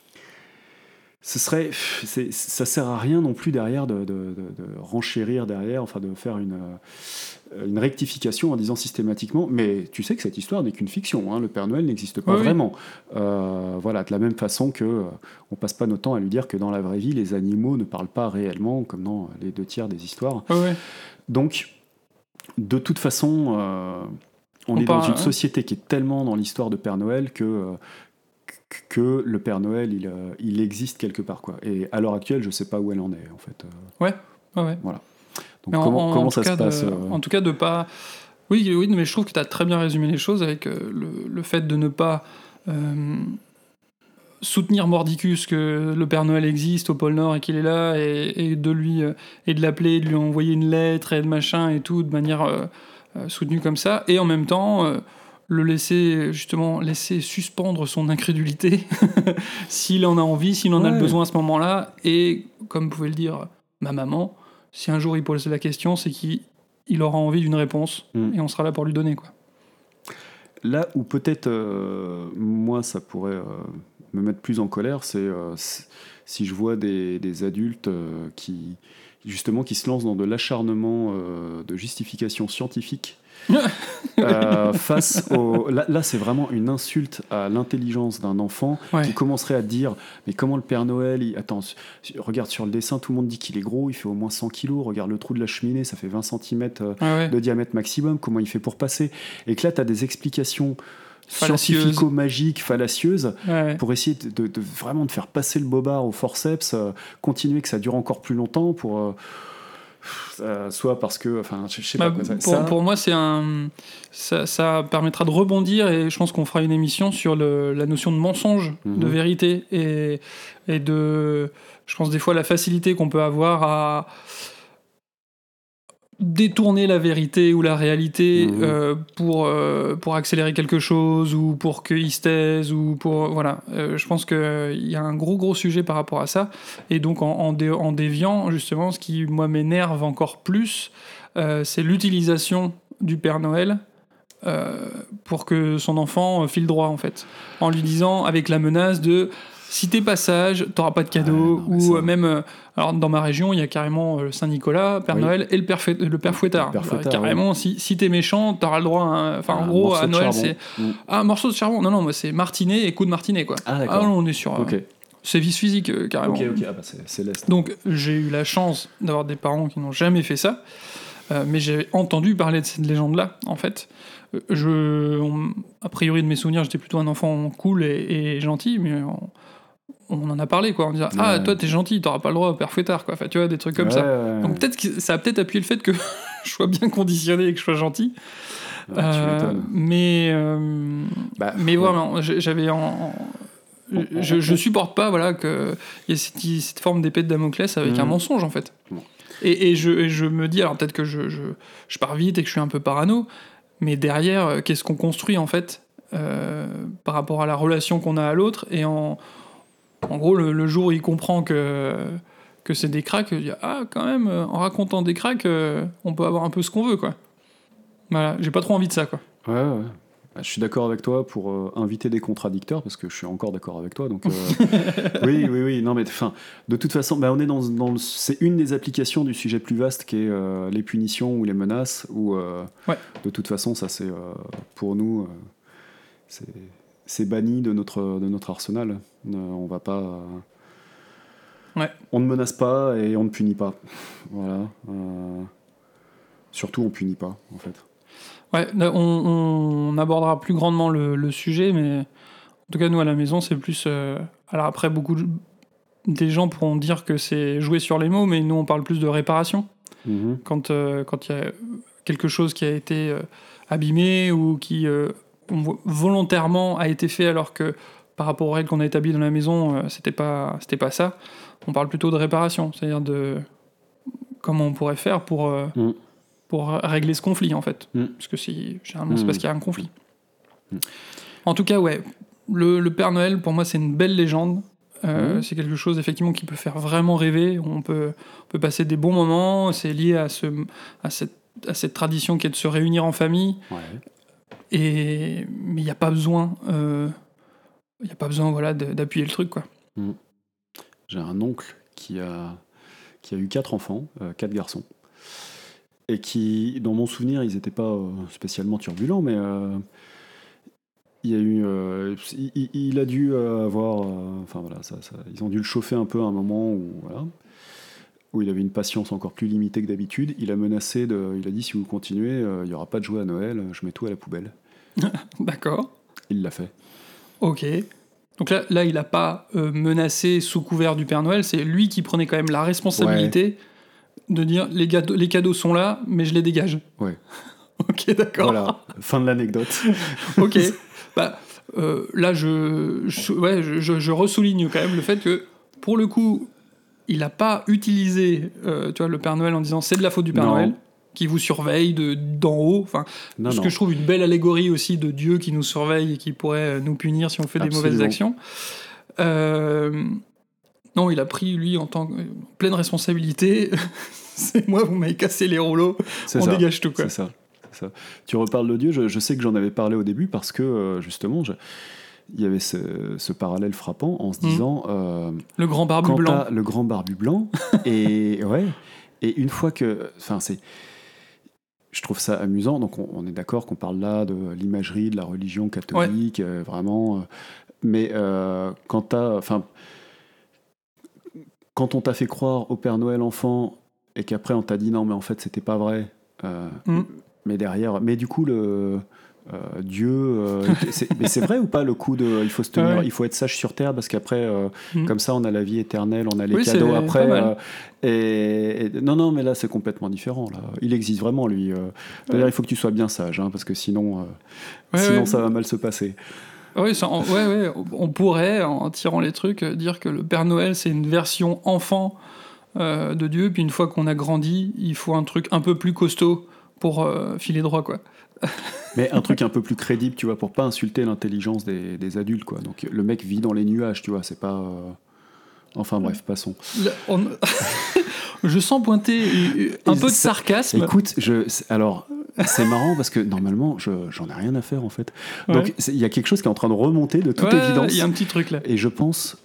ce serait, c'est, ça sert à rien non plus derrière de, de, de, de renchérir derrière, enfin de faire une, une rectification en disant systématiquement, mais tu sais que cette histoire n'est qu'une fiction, hein, le Père Noël n'existe pas oui, vraiment. Oui. Euh, voilà, de la même façon que euh, on passe pas notre temps à lui dire que dans la vraie vie, les animaux ne parlent pas réellement, comme dans les deux tiers des histoires. Oui, oui. Donc, de toute façon, euh, on, on est parle, dans une hein. société qui est tellement dans l'histoire de Père Noël que euh, que le Père Noël, il, euh, il existe quelque part, quoi. Et à l'heure actuelle, je sais pas où elle en est, en fait. Euh, ouais, ouais, ouais. Voilà. Donc, mais comment, en, comment en ça se passe de, euh... En tout cas, de pas... Oui, oui, mais je trouve que tu as très bien résumé les choses avec euh, le, le fait de ne pas euh, soutenir mordicus que le Père Noël existe au pôle Nord et qu'il est là, et, et de lui euh, et de l'appeler, de lui envoyer une lettre et de machin et tout, de manière euh, euh, soutenue comme ça, et en même temps... Euh, le laisser, justement, laisser suspendre son incrédulité, s'il en a envie, s'il en ouais. a le besoin à ce moment-là, et, comme pouvait le dire ma maman, si un jour il pose la question, c'est qu'il il aura envie d'une réponse, mm. et on sera là pour lui donner, quoi. Là où peut-être, euh, moi, ça pourrait euh, me mettre plus en colère, c'est, euh, c'est si je vois des, des adultes euh, qui, justement, qui se lancent dans de l'acharnement euh, de justification scientifique euh, face au... Là, là, c'est vraiment une insulte à l'intelligence d'un enfant ouais. qui commencerait à dire mais comment le Père Noël il... Attends, regarde sur le dessin, tout le monde dit qu'il est gros, il fait au moins cent kilos, regarde le trou de la cheminée, ça fait vingt centimètres euh, ouais, ouais. de diamètre maximum, comment il fait pour passer? Et que là, tu as des explications scientifico-magiques, fallacieuses, ouais. pour essayer de, de, de, vraiment de faire passer le bobard au forceps, euh, continuer que ça dure encore plus longtemps pour... Euh, Euh, soit parce que, enfin, je sais pas bah, quoi. Ça, pour, ça... pour moi, c'est un, ça, ça permettra de rebondir, et je pense qu'on fera une émission sur le, la notion de mensonge, mm-hmm. de vérité, et, et de, je pense des fois la facilité qu'on peut avoir à détourner la vérité ou la réalité mmh. euh, pour, euh, pour accélérer quelque chose, ou pour qu'il se taise, ou pour... Voilà. Euh, je pense qu'il euh, y a un gros, gros sujet par rapport à ça. Et donc, en, en, dé, en déviant, justement, ce qui, moi, m'énerve encore plus, euh, c'est l'utilisation du Père Noël euh, pour que son enfant file droit, en fait. En lui disant, avec la menace de... si t'es pas sage, t'auras pas de cadeau. Ah, non, ou ça... même, euh, alors dans ma région, il y a carrément euh, le Saint-Nicolas, Père oui. Noël et le Père, Fouet- le Père Fouettard. Le Père Fouettard euh, carrément, oui. si, si t'es méchant, t'auras le droit à. Enfin, ah, en gros, à Noël, c'est. Mm. Ah, un morceau de charbon. Non, non, moi, c'est martinet et coup de martinet, quoi. Ah, d'accord. Ah, non, on est sur. Ok. Euh, c'est vice physique, euh, carrément. Ok, ok. Ah, bah, c'est, c'est l'Est. Donc, j'ai eu la chance d'avoir des parents qui n'ont jamais fait ça. Euh, mais j'ai entendu parler de cette légende-là, en fait. Je, on, a priori de mes souvenirs, j'étais plutôt un enfant cool et, et gentil, mais on, on en a parlé, quoi. On disait, ah, toi, t'es gentil, t'auras pas le droit au Père Fouettard, quoi. Enfin, tu vois, des trucs comme ouais, ça. Ouais, ouais. Donc peut-être que ça a peut-être appuyé le fait que je sois bien conditionné et que je sois gentil. Ouais, euh, mais euh, bah, mais ouais. voilà, j'avais en, en je, je supporte pas, voilà, que il y ait cette, cette forme d'épée de Damoclès avec mmh. un mensonge, en fait. Mmh. Et, et, je, et je me dis, alors peut-être que je, je, je pars vite et que je suis un peu parano, mais derrière, qu'est-ce qu'on construit, en fait, euh, par rapport à la relation qu'on a à l'autre, et en, en gros, le, le jour où il comprend que, que c'est des cracks, il dit, ah, quand même, en racontant des cracks, euh, on peut avoir un peu ce qu'on veut, quoi. Voilà, j'ai pas trop envie de ça, quoi. Ouais, ouais. Je suis d'accord avec toi pour euh, inviter des contradicteurs, parce que je suis encore d'accord avec toi. Donc, euh, oui, oui, oui. Non, mais de toute façon, bah, on est dans, dans le, c'est une des applications du sujet plus vaste qui est euh, les punitions ou les menaces. Où, euh, ouais. De toute façon, ça, c'est euh, pour nous, euh, c'est, c'est banni de notre, de notre arsenal. Euh, on va pas. Euh, ouais. On ne menace pas et on ne punit pas. Voilà. Euh, surtout, on punit pas, en fait. Ouais, on, on abordera plus grandement le, le sujet, mais en tout cas, nous, à la maison, c'est plus... Euh... Alors après, beaucoup de... des gens pourront dire que c'est jouer sur les mots, mais nous, on parle plus de réparation. Mmh. Quand il euh, y a quelque chose qui a été euh, abîmé ou qui euh, volontairement a été fait alors que, par rapport aux règles qu'on a établies dans la maison, euh, c'était pas, c'était pas ça. On parle plutôt de réparation, c'est-à-dire de comment on pourrait faire pour... Euh, mmh. pour régler ce conflit, en fait. Mm. Parce que si, généralement, c'est parce qu'il y a un conflit. Mm. En tout cas, ouais, le, le Père Noël, pour moi, c'est une belle légende. Euh, mm. C'est quelque chose, effectivement, qui peut faire vraiment rêver. On peut, on peut passer des bons moments. C'est lié à, ce, à, cette, à cette tradition qui est de se réunir en famille. Ouais. Et, mais il n'y a pas besoin... Euh, il n'y a pas besoin, voilà, de, d'appuyer le truc, quoi. Mm. J'ai un oncle qui a, qui a eu quatre enfants, euh, quatre garçons. Et qui, dans mon souvenir, ils n'étaient pas euh, spécialement turbulents, mais euh, il y a eu, euh, il, il a dû euh, avoir, euh, enfin voilà, ça, ça, ils ont dû le chauffer un peu à un moment où, voilà, où il avait une patience encore plus limitée que d'habitude. Il a menacé de, il a dit si vous continuez, euh, il n'y aura pas de jouets à Noël, je mets tout à la poubelle. D'accord. Il l'a fait. Ok. Donc là, là il n'a pas euh, menacé sous couvert du Père Noël, c'est lui qui prenait quand même la responsabilité. Ouais. De dire les, cadeaux, les cadeaux sont là, mais je les dégage. Ouais. Ok, d'accord. Voilà, fin de l'anecdote. Ok. Bah, euh, là, je, je, ouais, je, je, je ressouligne quand même le fait que, pour le coup, il n'a pas utilisé euh, tu vois, le Père Noël en disant c'est de la faute du Père non. Noël, qui vous surveille de, d'en haut. Enfin, non, ce non. que je trouve une belle allégorie aussi de Dieu qui nous surveille et qui pourrait nous punir si on fait Absolument. des mauvaises actions. Euh. Non, il a pris, lui, en tant que euh, pleine responsabilité. C'est moi, vous m'avez cassé les rouleaux. C'est on ça. dégage tout, quoi. C'est ça. C'est ça. Tu reparles de Dieu, je, je sais que j'en avais parlé au début parce que, euh, justement, je, il y avait ce, ce parallèle frappant en se disant... Mmh. Euh, le grand barbu blanc. Le grand barbu blanc. et, ouais, et une fois que... Enfin, c'est... Je trouve ça amusant. Donc, on, on est d'accord qu'on parle là de l'imagerie, de la religion catholique, ouais. euh, vraiment. Euh, mais euh, quand t'as... Enfin... Quand on t'a fait croire au Père Noël enfant et qu'après on t'a dit non mais en fait c'était pas vrai, euh, mm. mais derrière, mais du coup le euh, Dieu, euh, c'est, mais c'est vrai ou pas le coup de il faut se tenir, ouais. il faut être sage sur terre parce qu'après euh, mm. comme ça on a la vie éternelle, on a les oui, cadeaux après. Euh, et, et non non mais là c'est complètement différent là. Il existe vraiment lui. Euh, d'ailleurs ouais. il faut que tu sois bien sage hein, parce que sinon euh, ouais, sinon ouais. ça va mal se passer. Oui, ça, on, ouais, ouais, on pourrait, en tirant les trucs, dire que le Père Noël, c'est une version enfant euh, de Dieu, puis une fois qu'on a grandi, il faut un truc un peu plus costaud pour euh, filer droit, quoi. Mais un truc un peu plus crédible, tu vois, pour pas insulter l'intelligence des, des adultes, quoi. Donc le mec vit dans les nuages, tu vois, c'est pas... Euh... Enfin bref, passons. Le, on... je sens pointer un peu de sarcasme. Écoute, je... alors... C'est marrant parce que normalement, je, j'en ai rien à faire en fait. Donc il ouais. y a quelque chose qui est en train de remonter de toute ouais, évidence. Il y a un petit truc là. Et je pense,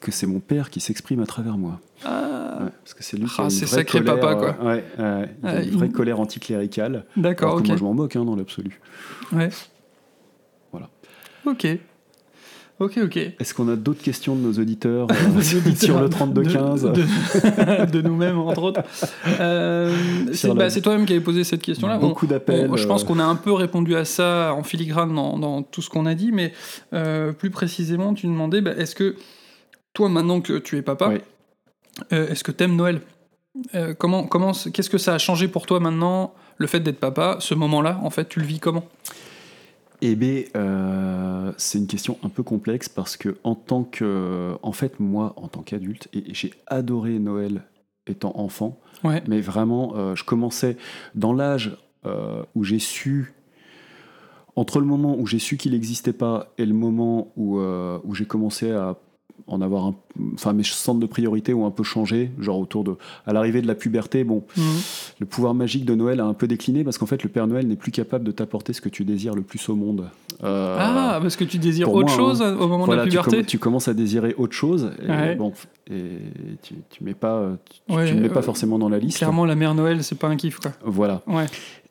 que c'est mon père qui s'exprime à travers moi. Ah, ouais, parce que c'est lui qui ah, a une c'est vraie sacré colère, papa, quoi. Euh, ouais, ouais, il a Ah, une il- vraie colère anticléricale. D'accord, Alors que ok. moi, je m'en moque, hein, dans l'absolu. Ouais. Voilà. Ok. Ok, ok. Est-ce qu'on a d'autres questions de nos auditeurs, Nos euh, auditeurs sur le trente-deux quinze? de, de, de nous-mêmes, entre autres. Euh, c'est, Sur bah, la- c'est toi-même qui avais posé cette question-là. Beaucoup On- d'appels, on- je pense euh. qu'on a un peu répondu à ça en filigrane dans, dans tout ce qu'on a dit, mais euh, plus précisément, tu demandais, bah, est-ce que toi, maintenant que tu es papa, Ouais. euh, est-ce que t'aimes Noël? Euh, comment, comment, qu'est-ce que ça a changé pour toi maintenant, le fait d'être papa, ce moment-là, en fait, tu le vis comment? Eh bien, euh, c'est une question un peu complexe parce que en tant que, en fait, moi, en tant qu'adulte, et, et j'ai adoré Noël étant enfant, Ouais. mais vraiment, euh, je commençais dans l'âge euh, où j'ai su, entre le moment où j'ai su qu'il n'existait pas et le moment où, euh, où j'ai commencé à en avoir un, enfin mes centres de priorité ont un peu changé, genre autour de, à l'arrivée de la puberté, bon, Mhm. le pouvoir magique de Noël a un peu décliné parce qu'en fait le Père Noël n'est plus capable de t'apporter ce que tu désires le plus au monde. Euh, Ah, parce que tu désires pour autre moi, chose hein. au moment Voilà, de la tu, puberté. comm- tu commences à désirer autre chose et, Ouais. bon, et tu, tu mets pas, tu, Ouais, tu ne mets pas euh, forcément dans la liste. Clairement, la mère Noël, c'est pas un kiff, quoi. Voilà. Ouais.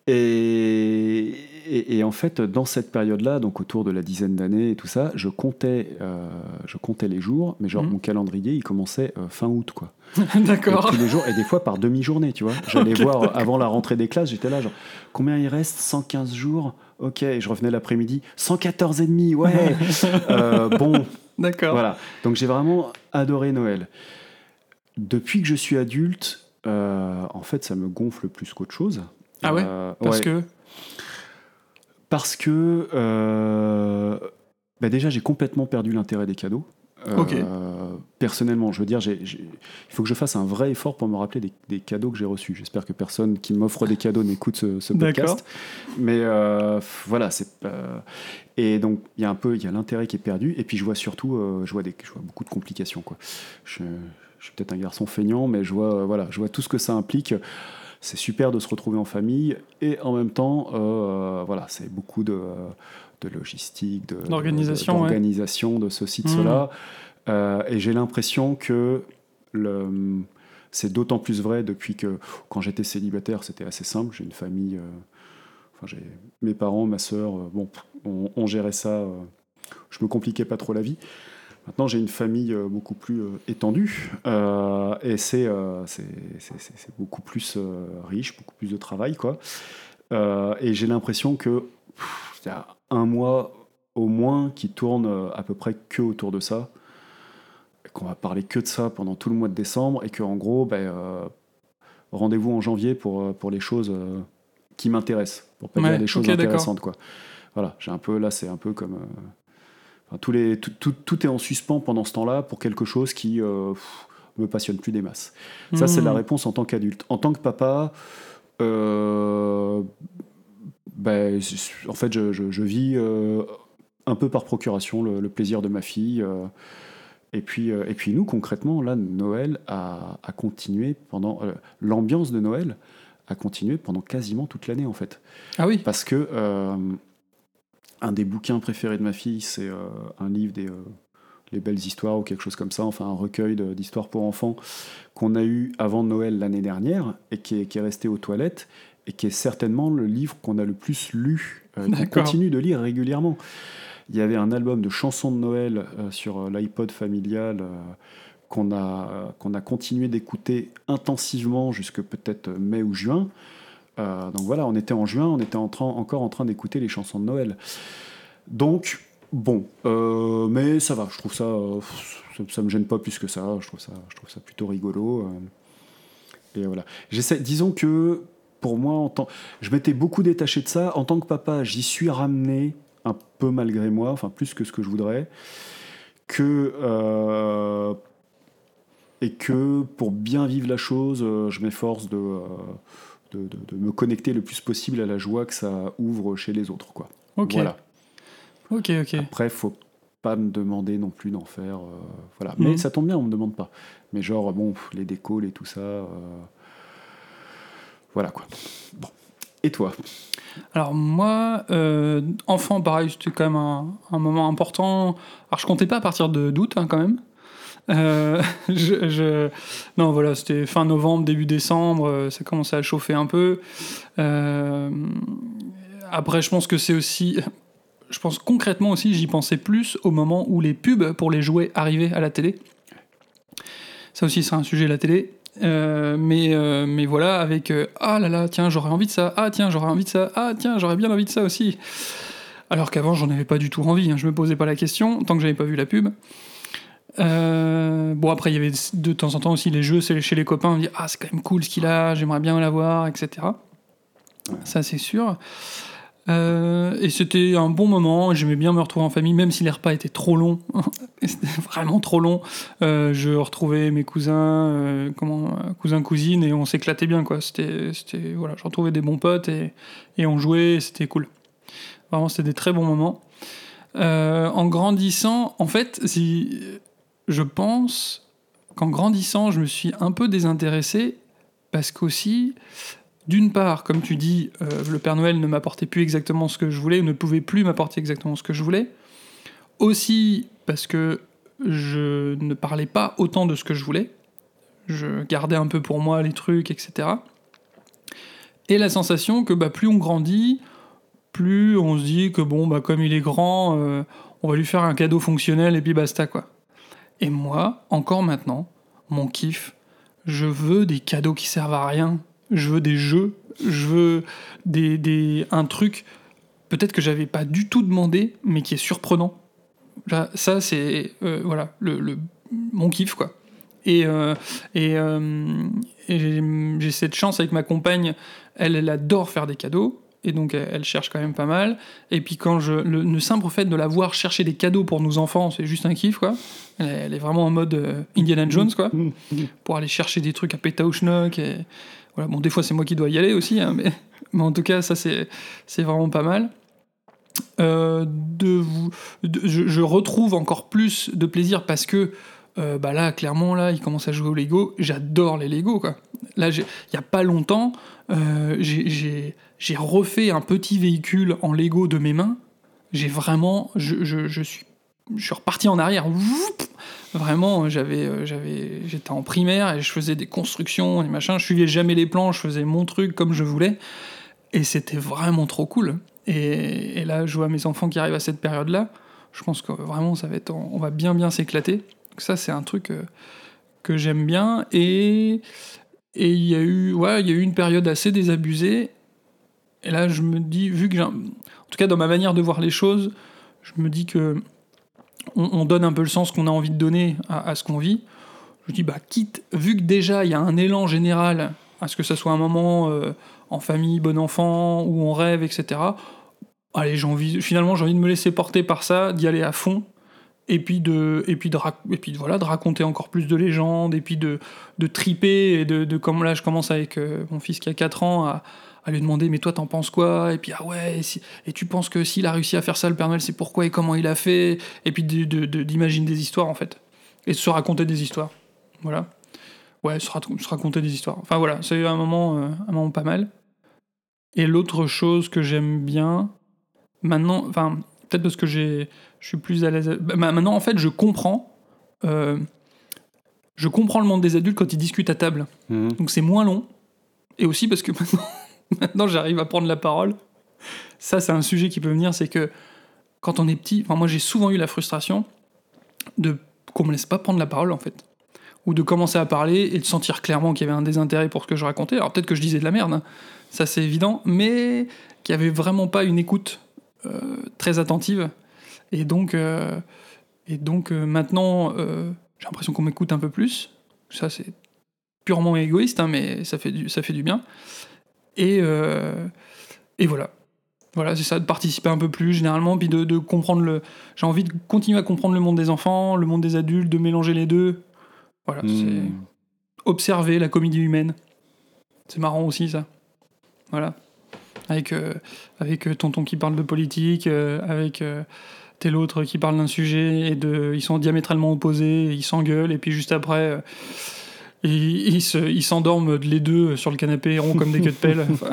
Et, et, et en fait, dans cette période-là, donc autour de la dizaine d'années et tout ça, je comptais, euh, je comptais les jours, mais genre Mhm. mon calendrier, il commençait euh, fin aut, quoi. D'accord. Et tous les jours, et des fois par demi-journée, tu vois. J'allais Ok, voir d'accord. avant la rentrée des classes, j'étais là, genre, combien il reste? cent quinze jours? Ok, et je revenais l'après-midi, cent quatorze et demi, ouais. Euh, bon, D'accord. voilà. Donc j'ai vraiment adoré Noël. Depuis que je suis adulte, euh, en fait, ça me gonfle plus qu'autre chose. Ah ouais Euh, Parce ouais. que. Parce que, euh, bah déjà, j'ai complètement perdu l'intérêt des cadeaux. Euh, Ok. Personnellement, je veux dire, j'ai- j'ai- il faut que je fasse un vrai effort pour me rappeler des, des cadeaux que j'ai reçus. J'espère que personne qui m'offre des cadeaux n'écoute ce, ce podcast. Mais euh, voilà, c'est euh, et donc il y a un peu, il y a l'intérêt qui est perdu. Et puis je vois surtout, euh, je vois des, je vois beaucoup de complications, quoi. Je, je suis peut-être un garçon feignant, mais je vois, euh, voilà, je vois tout ce que ça implique. C'est super de se retrouver en famille et en même temps, euh, voilà, c'est beaucoup de, de logistique, de, D'organisation, de, ouais. d'organisation, de ceci, de Mmh. cela. Euh, et j'ai l'impression que le, c'est d'autant plus vrai depuis que quand j'étais célibataire, c'était assez simple. J'ai une famille, euh, enfin, j'ai mes parents, ma sœur, euh, bon, on, on gérait ça. Euh, je me compliquais pas trop la vie. Maintenant, j'ai une famille euh, beaucoup plus euh, étendue euh, et c'est, euh, c'est, c'est, c'est- c'est beaucoup plus euh, riche, beaucoup plus de travail, quoi. Euh, et j'ai l'impression que pff, il y a un mois au moins qui tourne euh, à peu près que autour de ça, et qu'on va parler que de ça pendant tout le mois de décembre et que en gros, ben, euh, rendez-vous en janvier pour, euh, pour les choses euh, qui m'intéressent, pour pas Ouais, dire les choses ok, d'accord. intéressantes, quoi. Voilà, j'ai un peu là, c'est un peu comme euh, Enfin, tous les, tout, tout- tout est en suspens pendant ce temps-là pour quelque chose qui euh, pff, me passionne plus des masses. Ça, c'est la Mmh. réponse en tant qu'adulte. En tant que papa, euh, ben, c'est- en fait, je, je- je vis euh, un peu par procuration le, le plaisir de ma fille. euh, et, puis, euh, et puis nous, concrètement, là, Noël a, a continué pendant... euh, l'ambiance de Noël a continué pendant quasiment toute l'année, en fait. Ah oui. Parce que... euh, un des bouquins préférés de ma fille, c'est euh, un livre des euh, Les Belles Histoires ou quelque chose comme ça, enfin un recueil de- d'histoires pour enfants qu'on a eu avant Noël l'année dernière et qui est, qui est resté aux toilettes et qui est certainement le livre qu'on a le plus lu, euh, et qu'on D'accord. continue de lire régulièrement. Il y avait un album de chansons de Noël euh, sur euh, l'iPod familial euh, qu'on a, euh, qu'on a continué d'écouter intensivement jusque peut-être mai ou juin. Euh, donc voilà, on était en juin, on était en train, encore en train d'écouter les chansons de Noël. Donc, bon, euh, mais ça va, je trouve ça, euh, ça, ça me gêne pas plus que ça, je trouve ça, je trouve ça plutôt rigolo. euh, et voilà. J'essaie, disons que pour moi, en tant, je m'étais beaucoup détaché de ça. En tant que papa, j'y suis ramené un peu malgré moi, enfin plus que ce que je voudrais, que euh, et que pour bien vivre la chose, euh, je m'efforce de euh, De, de, de me connecter le plus possible à la joie que ça ouvre chez les autres, quoi. Ok. Voilà. Ok, ok. Après, faut pas me demander non plus d'en faire, euh, voilà. Mhm. Mais ça tombe bien, on me demande pas. Mais genre, bon, pff, les décos et tout ça, euh, voilà, quoi. Bon. Et toi? Alors moi, euh, enfant, pareil, c'était quand même un, un moment important. Alors je comptais pas à partir de d'août, hein, quand même. Euh, je, je... Non, voilà, c'était fin novembre, début décembre, euh, ça commençait à chauffer un peu. Euh... Après, je pense que c'est aussi... Je pense concrètement aussi, j'y pensais plus au moment où les pubs pour les jouets arrivaient à la télé. Ça aussi, c'est un sujet, la télé. Euh, mais, euh, mais voilà, avec euh, ah là là, tiens, j'aurais envie de ça, ah tiens, j'aurais envie de ça, ah tiens, j'aurais bien envie de ça aussi. Alors qu'avant, j'en avais pas du tout envie, hein, je me posais pas la question tant que j'avais pas vu la pub. Euh, bon, après, il y avait de temps en temps aussi les jeux chez les copains, on dit ah, c'est quand même cool ce qu'il a, j'aimerais bien l'avoir, et cetera. Ça, c'est sûr. Euh, et c'était un bon moment, j'aimais bien me retrouver en famille, même si les repas étaient trop longs, c'était vraiment trop long. Euh, je retrouvais mes cousins, euh, comment, cousins, cousines, et on s'éclatait bien, quoi. C'était, c'était, voilà, je retrouvais des bons potes et, et on jouait, et c'était cool. Vraiment, c'était des très bons moments. Euh, en grandissant, en fait, si, je pense qu'en grandissant, je me suis un peu désintéressé parce qu'aussi. D'une part, comme tu dis, euh, le Père Noël ne m'apportait plus exactement ce que je voulais, ne pouvait plus m'apporter exactement ce que je voulais. Aussi parce que je ne parlais pas autant de ce que je voulais. Je gardais un peu pour moi les trucs, et cetera. Et la sensation que bah, plus on grandit, plus on se dit que bon, bah, comme il est grand, euh, on va lui faire un cadeau fonctionnel et puis basta, quoi. Et moi, encore maintenant, mon kiff, je veux des cadeaux qui servent à rien. Je veux des jeux, je veux des, des, un truc peut-être que j'avais pas du tout demandé, mais qui est surprenant. Là, ça, c'est euh, voilà, le, le, mon kiff, quoi. Et, euh, et, euh, et j'ai, j'ai cette chance avec ma compagne, elle, elle adore faire des cadeaux, et donc elle, elle cherche quand même pas mal. Et puis quand je, le, le simple fait de la voir chercher des cadeaux pour nos enfants, c'est juste un kiff, quoi. Elle, elle est vraiment en mode euh, Indiana Jones, quoi, pour aller chercher des trucs à Pétaouchnok et... Voilà, bon, des fois, c'est moi qui dois y aller aussi, hein, mais, mais en tout cas, ça, c'est, c'est vraiment pas mal. Euh, de, de, je, je retrouve encore plus de plaisir parce que, euh, bah là, clairement, là, il commence à jouer au Lego. J'adore les Lego, quoi. Là, il y a pas longtemps, euh, j'ai, j'ai, j'ai refait un petit véhicule en Lego de mes mains. J'ai vraiment... Je, je, je, suis, je suis reparti en arrière. Vraiment, j'avais, j'avais, j'étais en primaire et je faisais des constructions, des machins. Je suivais jamais les plans, je faisais mon truc comme je voulais. Et c'était vraiment trop cool. Et, et là, je vois mes enfants qui arrivent à cette période-là. Je pense que vraiment, ça va être, on va bien bien s'éclater. Donc ça, c'est un truc euh, que j'aime bien. Et et il y a eu, ouais, il y a eu une période assez désabusée. Et là, je me dis, vu que j'ai, en tout cas dans ma manière de voir les choses, je me dis que On, on donne un peu le sens qu'on a envie de donner à, à ce qu'on vit. Je dis, bah, quitte, vu que déjà il y a un élan général à ce que ça soit un moment euh, en famille, bon enfant, où on rêve, et cetera. Allez, j'ai envie, finalement, j'ai envie de me laisser porter par ça, d'y aller à fond, et puis de, et puis de, et puis de, voilà, de raconter encore plus de légendes, et puis de, de triper, et de, de comme là, je commence avec euh, mon fils qui a quatre ans à à lui demander mais toi t'en penses quoi, et puis ah ouais, et, si, et tu penses que s'il a réussi à faire ça le Père Noël c'est pourquoi et comment il a fait, et puis de, de, de, d'imaginer des histoires en fait, et de se raconter des histoires, voilà, ouais, se, ra- se raconter des histoires, enfin voilà, c'est un moment, euh, un moment pas mal. Et l'autre chose que j'aime bien maintenant, enfin peut-être parce que j'ai, je suis plus à l'aise, bah, maintenant en fait je comprends, euh, je comprends le monde des adultes quand ils discutent à table, mmh. Donc c'est moins long, et aussi parce que maintenant Maintenant, j'arrive à prendre la parole. Ça, c'est un sujet qui peut venir, c'est que quand on est petit, enfin, moi, j'ai souvent eu la frustration de qu'on me laisse pas prendre la parole, en fait. Ou de commencer à parler et de sentir clairement qu'il y avait un désintérêt pour ce que je racontais. Alors, peut-être que je disais de la merde, hein. Ça, c'est évident, mais qu'il y avait vraiment pas une écoute euh, très attentive. Et donc, euh, et donc euh, maintenant, euh, j'ai l'impression qu'on m'écoute un peu plus. Ça, c'est purement égoïste, hein, mais ça fait du, ça fait du bien. Et, euh, et voilà. Voilà, c'est ça, de participer un peu plus, généralement, puis de, de comprendre le... J'ai envie de continuer à comprendre le monde des enfants, le monde des adultes, de mélanger les deux. Voilà, mmh. C'est... Observer la comédie humaine. C'est marrant aussi, ça. Voilà. Avec, euh, avec tonton qui parle de politique, euh, avec euh, tel autre qui parle d'un sujet, et de... ils sont diamétralement opposés, ils s'engueulent, et puis juste après... Euh, Et ils, se, ils s'endorment les deux sur le canapé, ronds comme des queues de pelle. Enfin,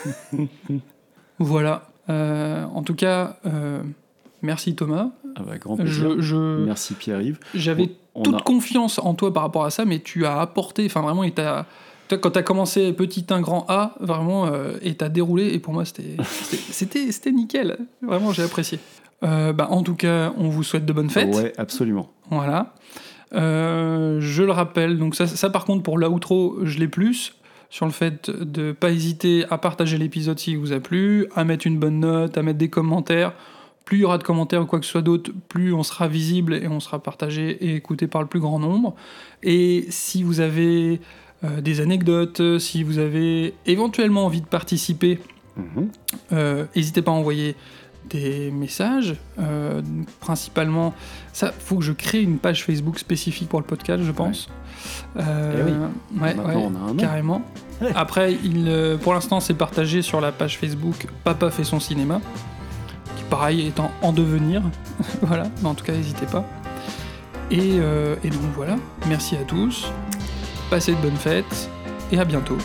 voilà. Euh, en tout cas, euh, merci Thomas. Ah bah, grand plaisir. Je, je, merci Pierre-Yves. J'avais on toute a... confiance en toi par rapport à ça, mais tu as apporté, enfin vraiment, et t'as, toi, quand tu as commencé petit un grand A, vraiment, euh, et tu as déroulé, et pour moi, c'était, c'était, c'était, c'était nickel. Vraiment, j'ai apprécié. Euh, bah, en tout cas, on vous souhaite de bonnes fêtes. Ouais, absolument. Voilà. Euh, je le rappelle, donc ça, ça par contre, pour l'outro, je l'ai plus. Sur le fait de pas hésiter à partager l'épisode s'il vous a plu, à mettre une bonne note, à mettre des commentaires. Plus il y aura de commentaires ou quoi que ce soit d'autre, plus on sera visible et on sera partagé et écouté par le plus grand nombre. Et si vous avez euh, des anecdotes, si vous avez éventuellement envie de participer, Mm-hmm. euh, n'hésitez pas à envoyer des messages. Euh, principalement, ça, faut que je crée une page Facebook spécifique pour le podcast, je pense. Ouais. Euh, Eh oui. ouais, Maintenant, ouais, on a un nom. carrément. Ouais. Après, il, euh, pour l'instant, c'est partagé sur la page Facebook Papa fait son cinéma, qui pareil est en, en devenir. Voilà, mais en tout cas, n'hésitez pas. Et, euh, et donc voilà, merci à tous, passez de bonnes fêtes, et à bientôt.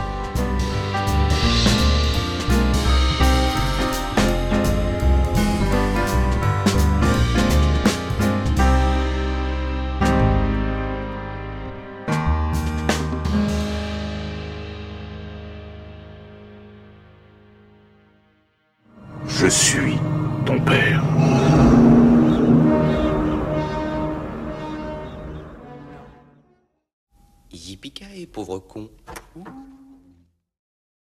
Je suis ton père. Yippee-ki-yay, pauvre con. Ouh.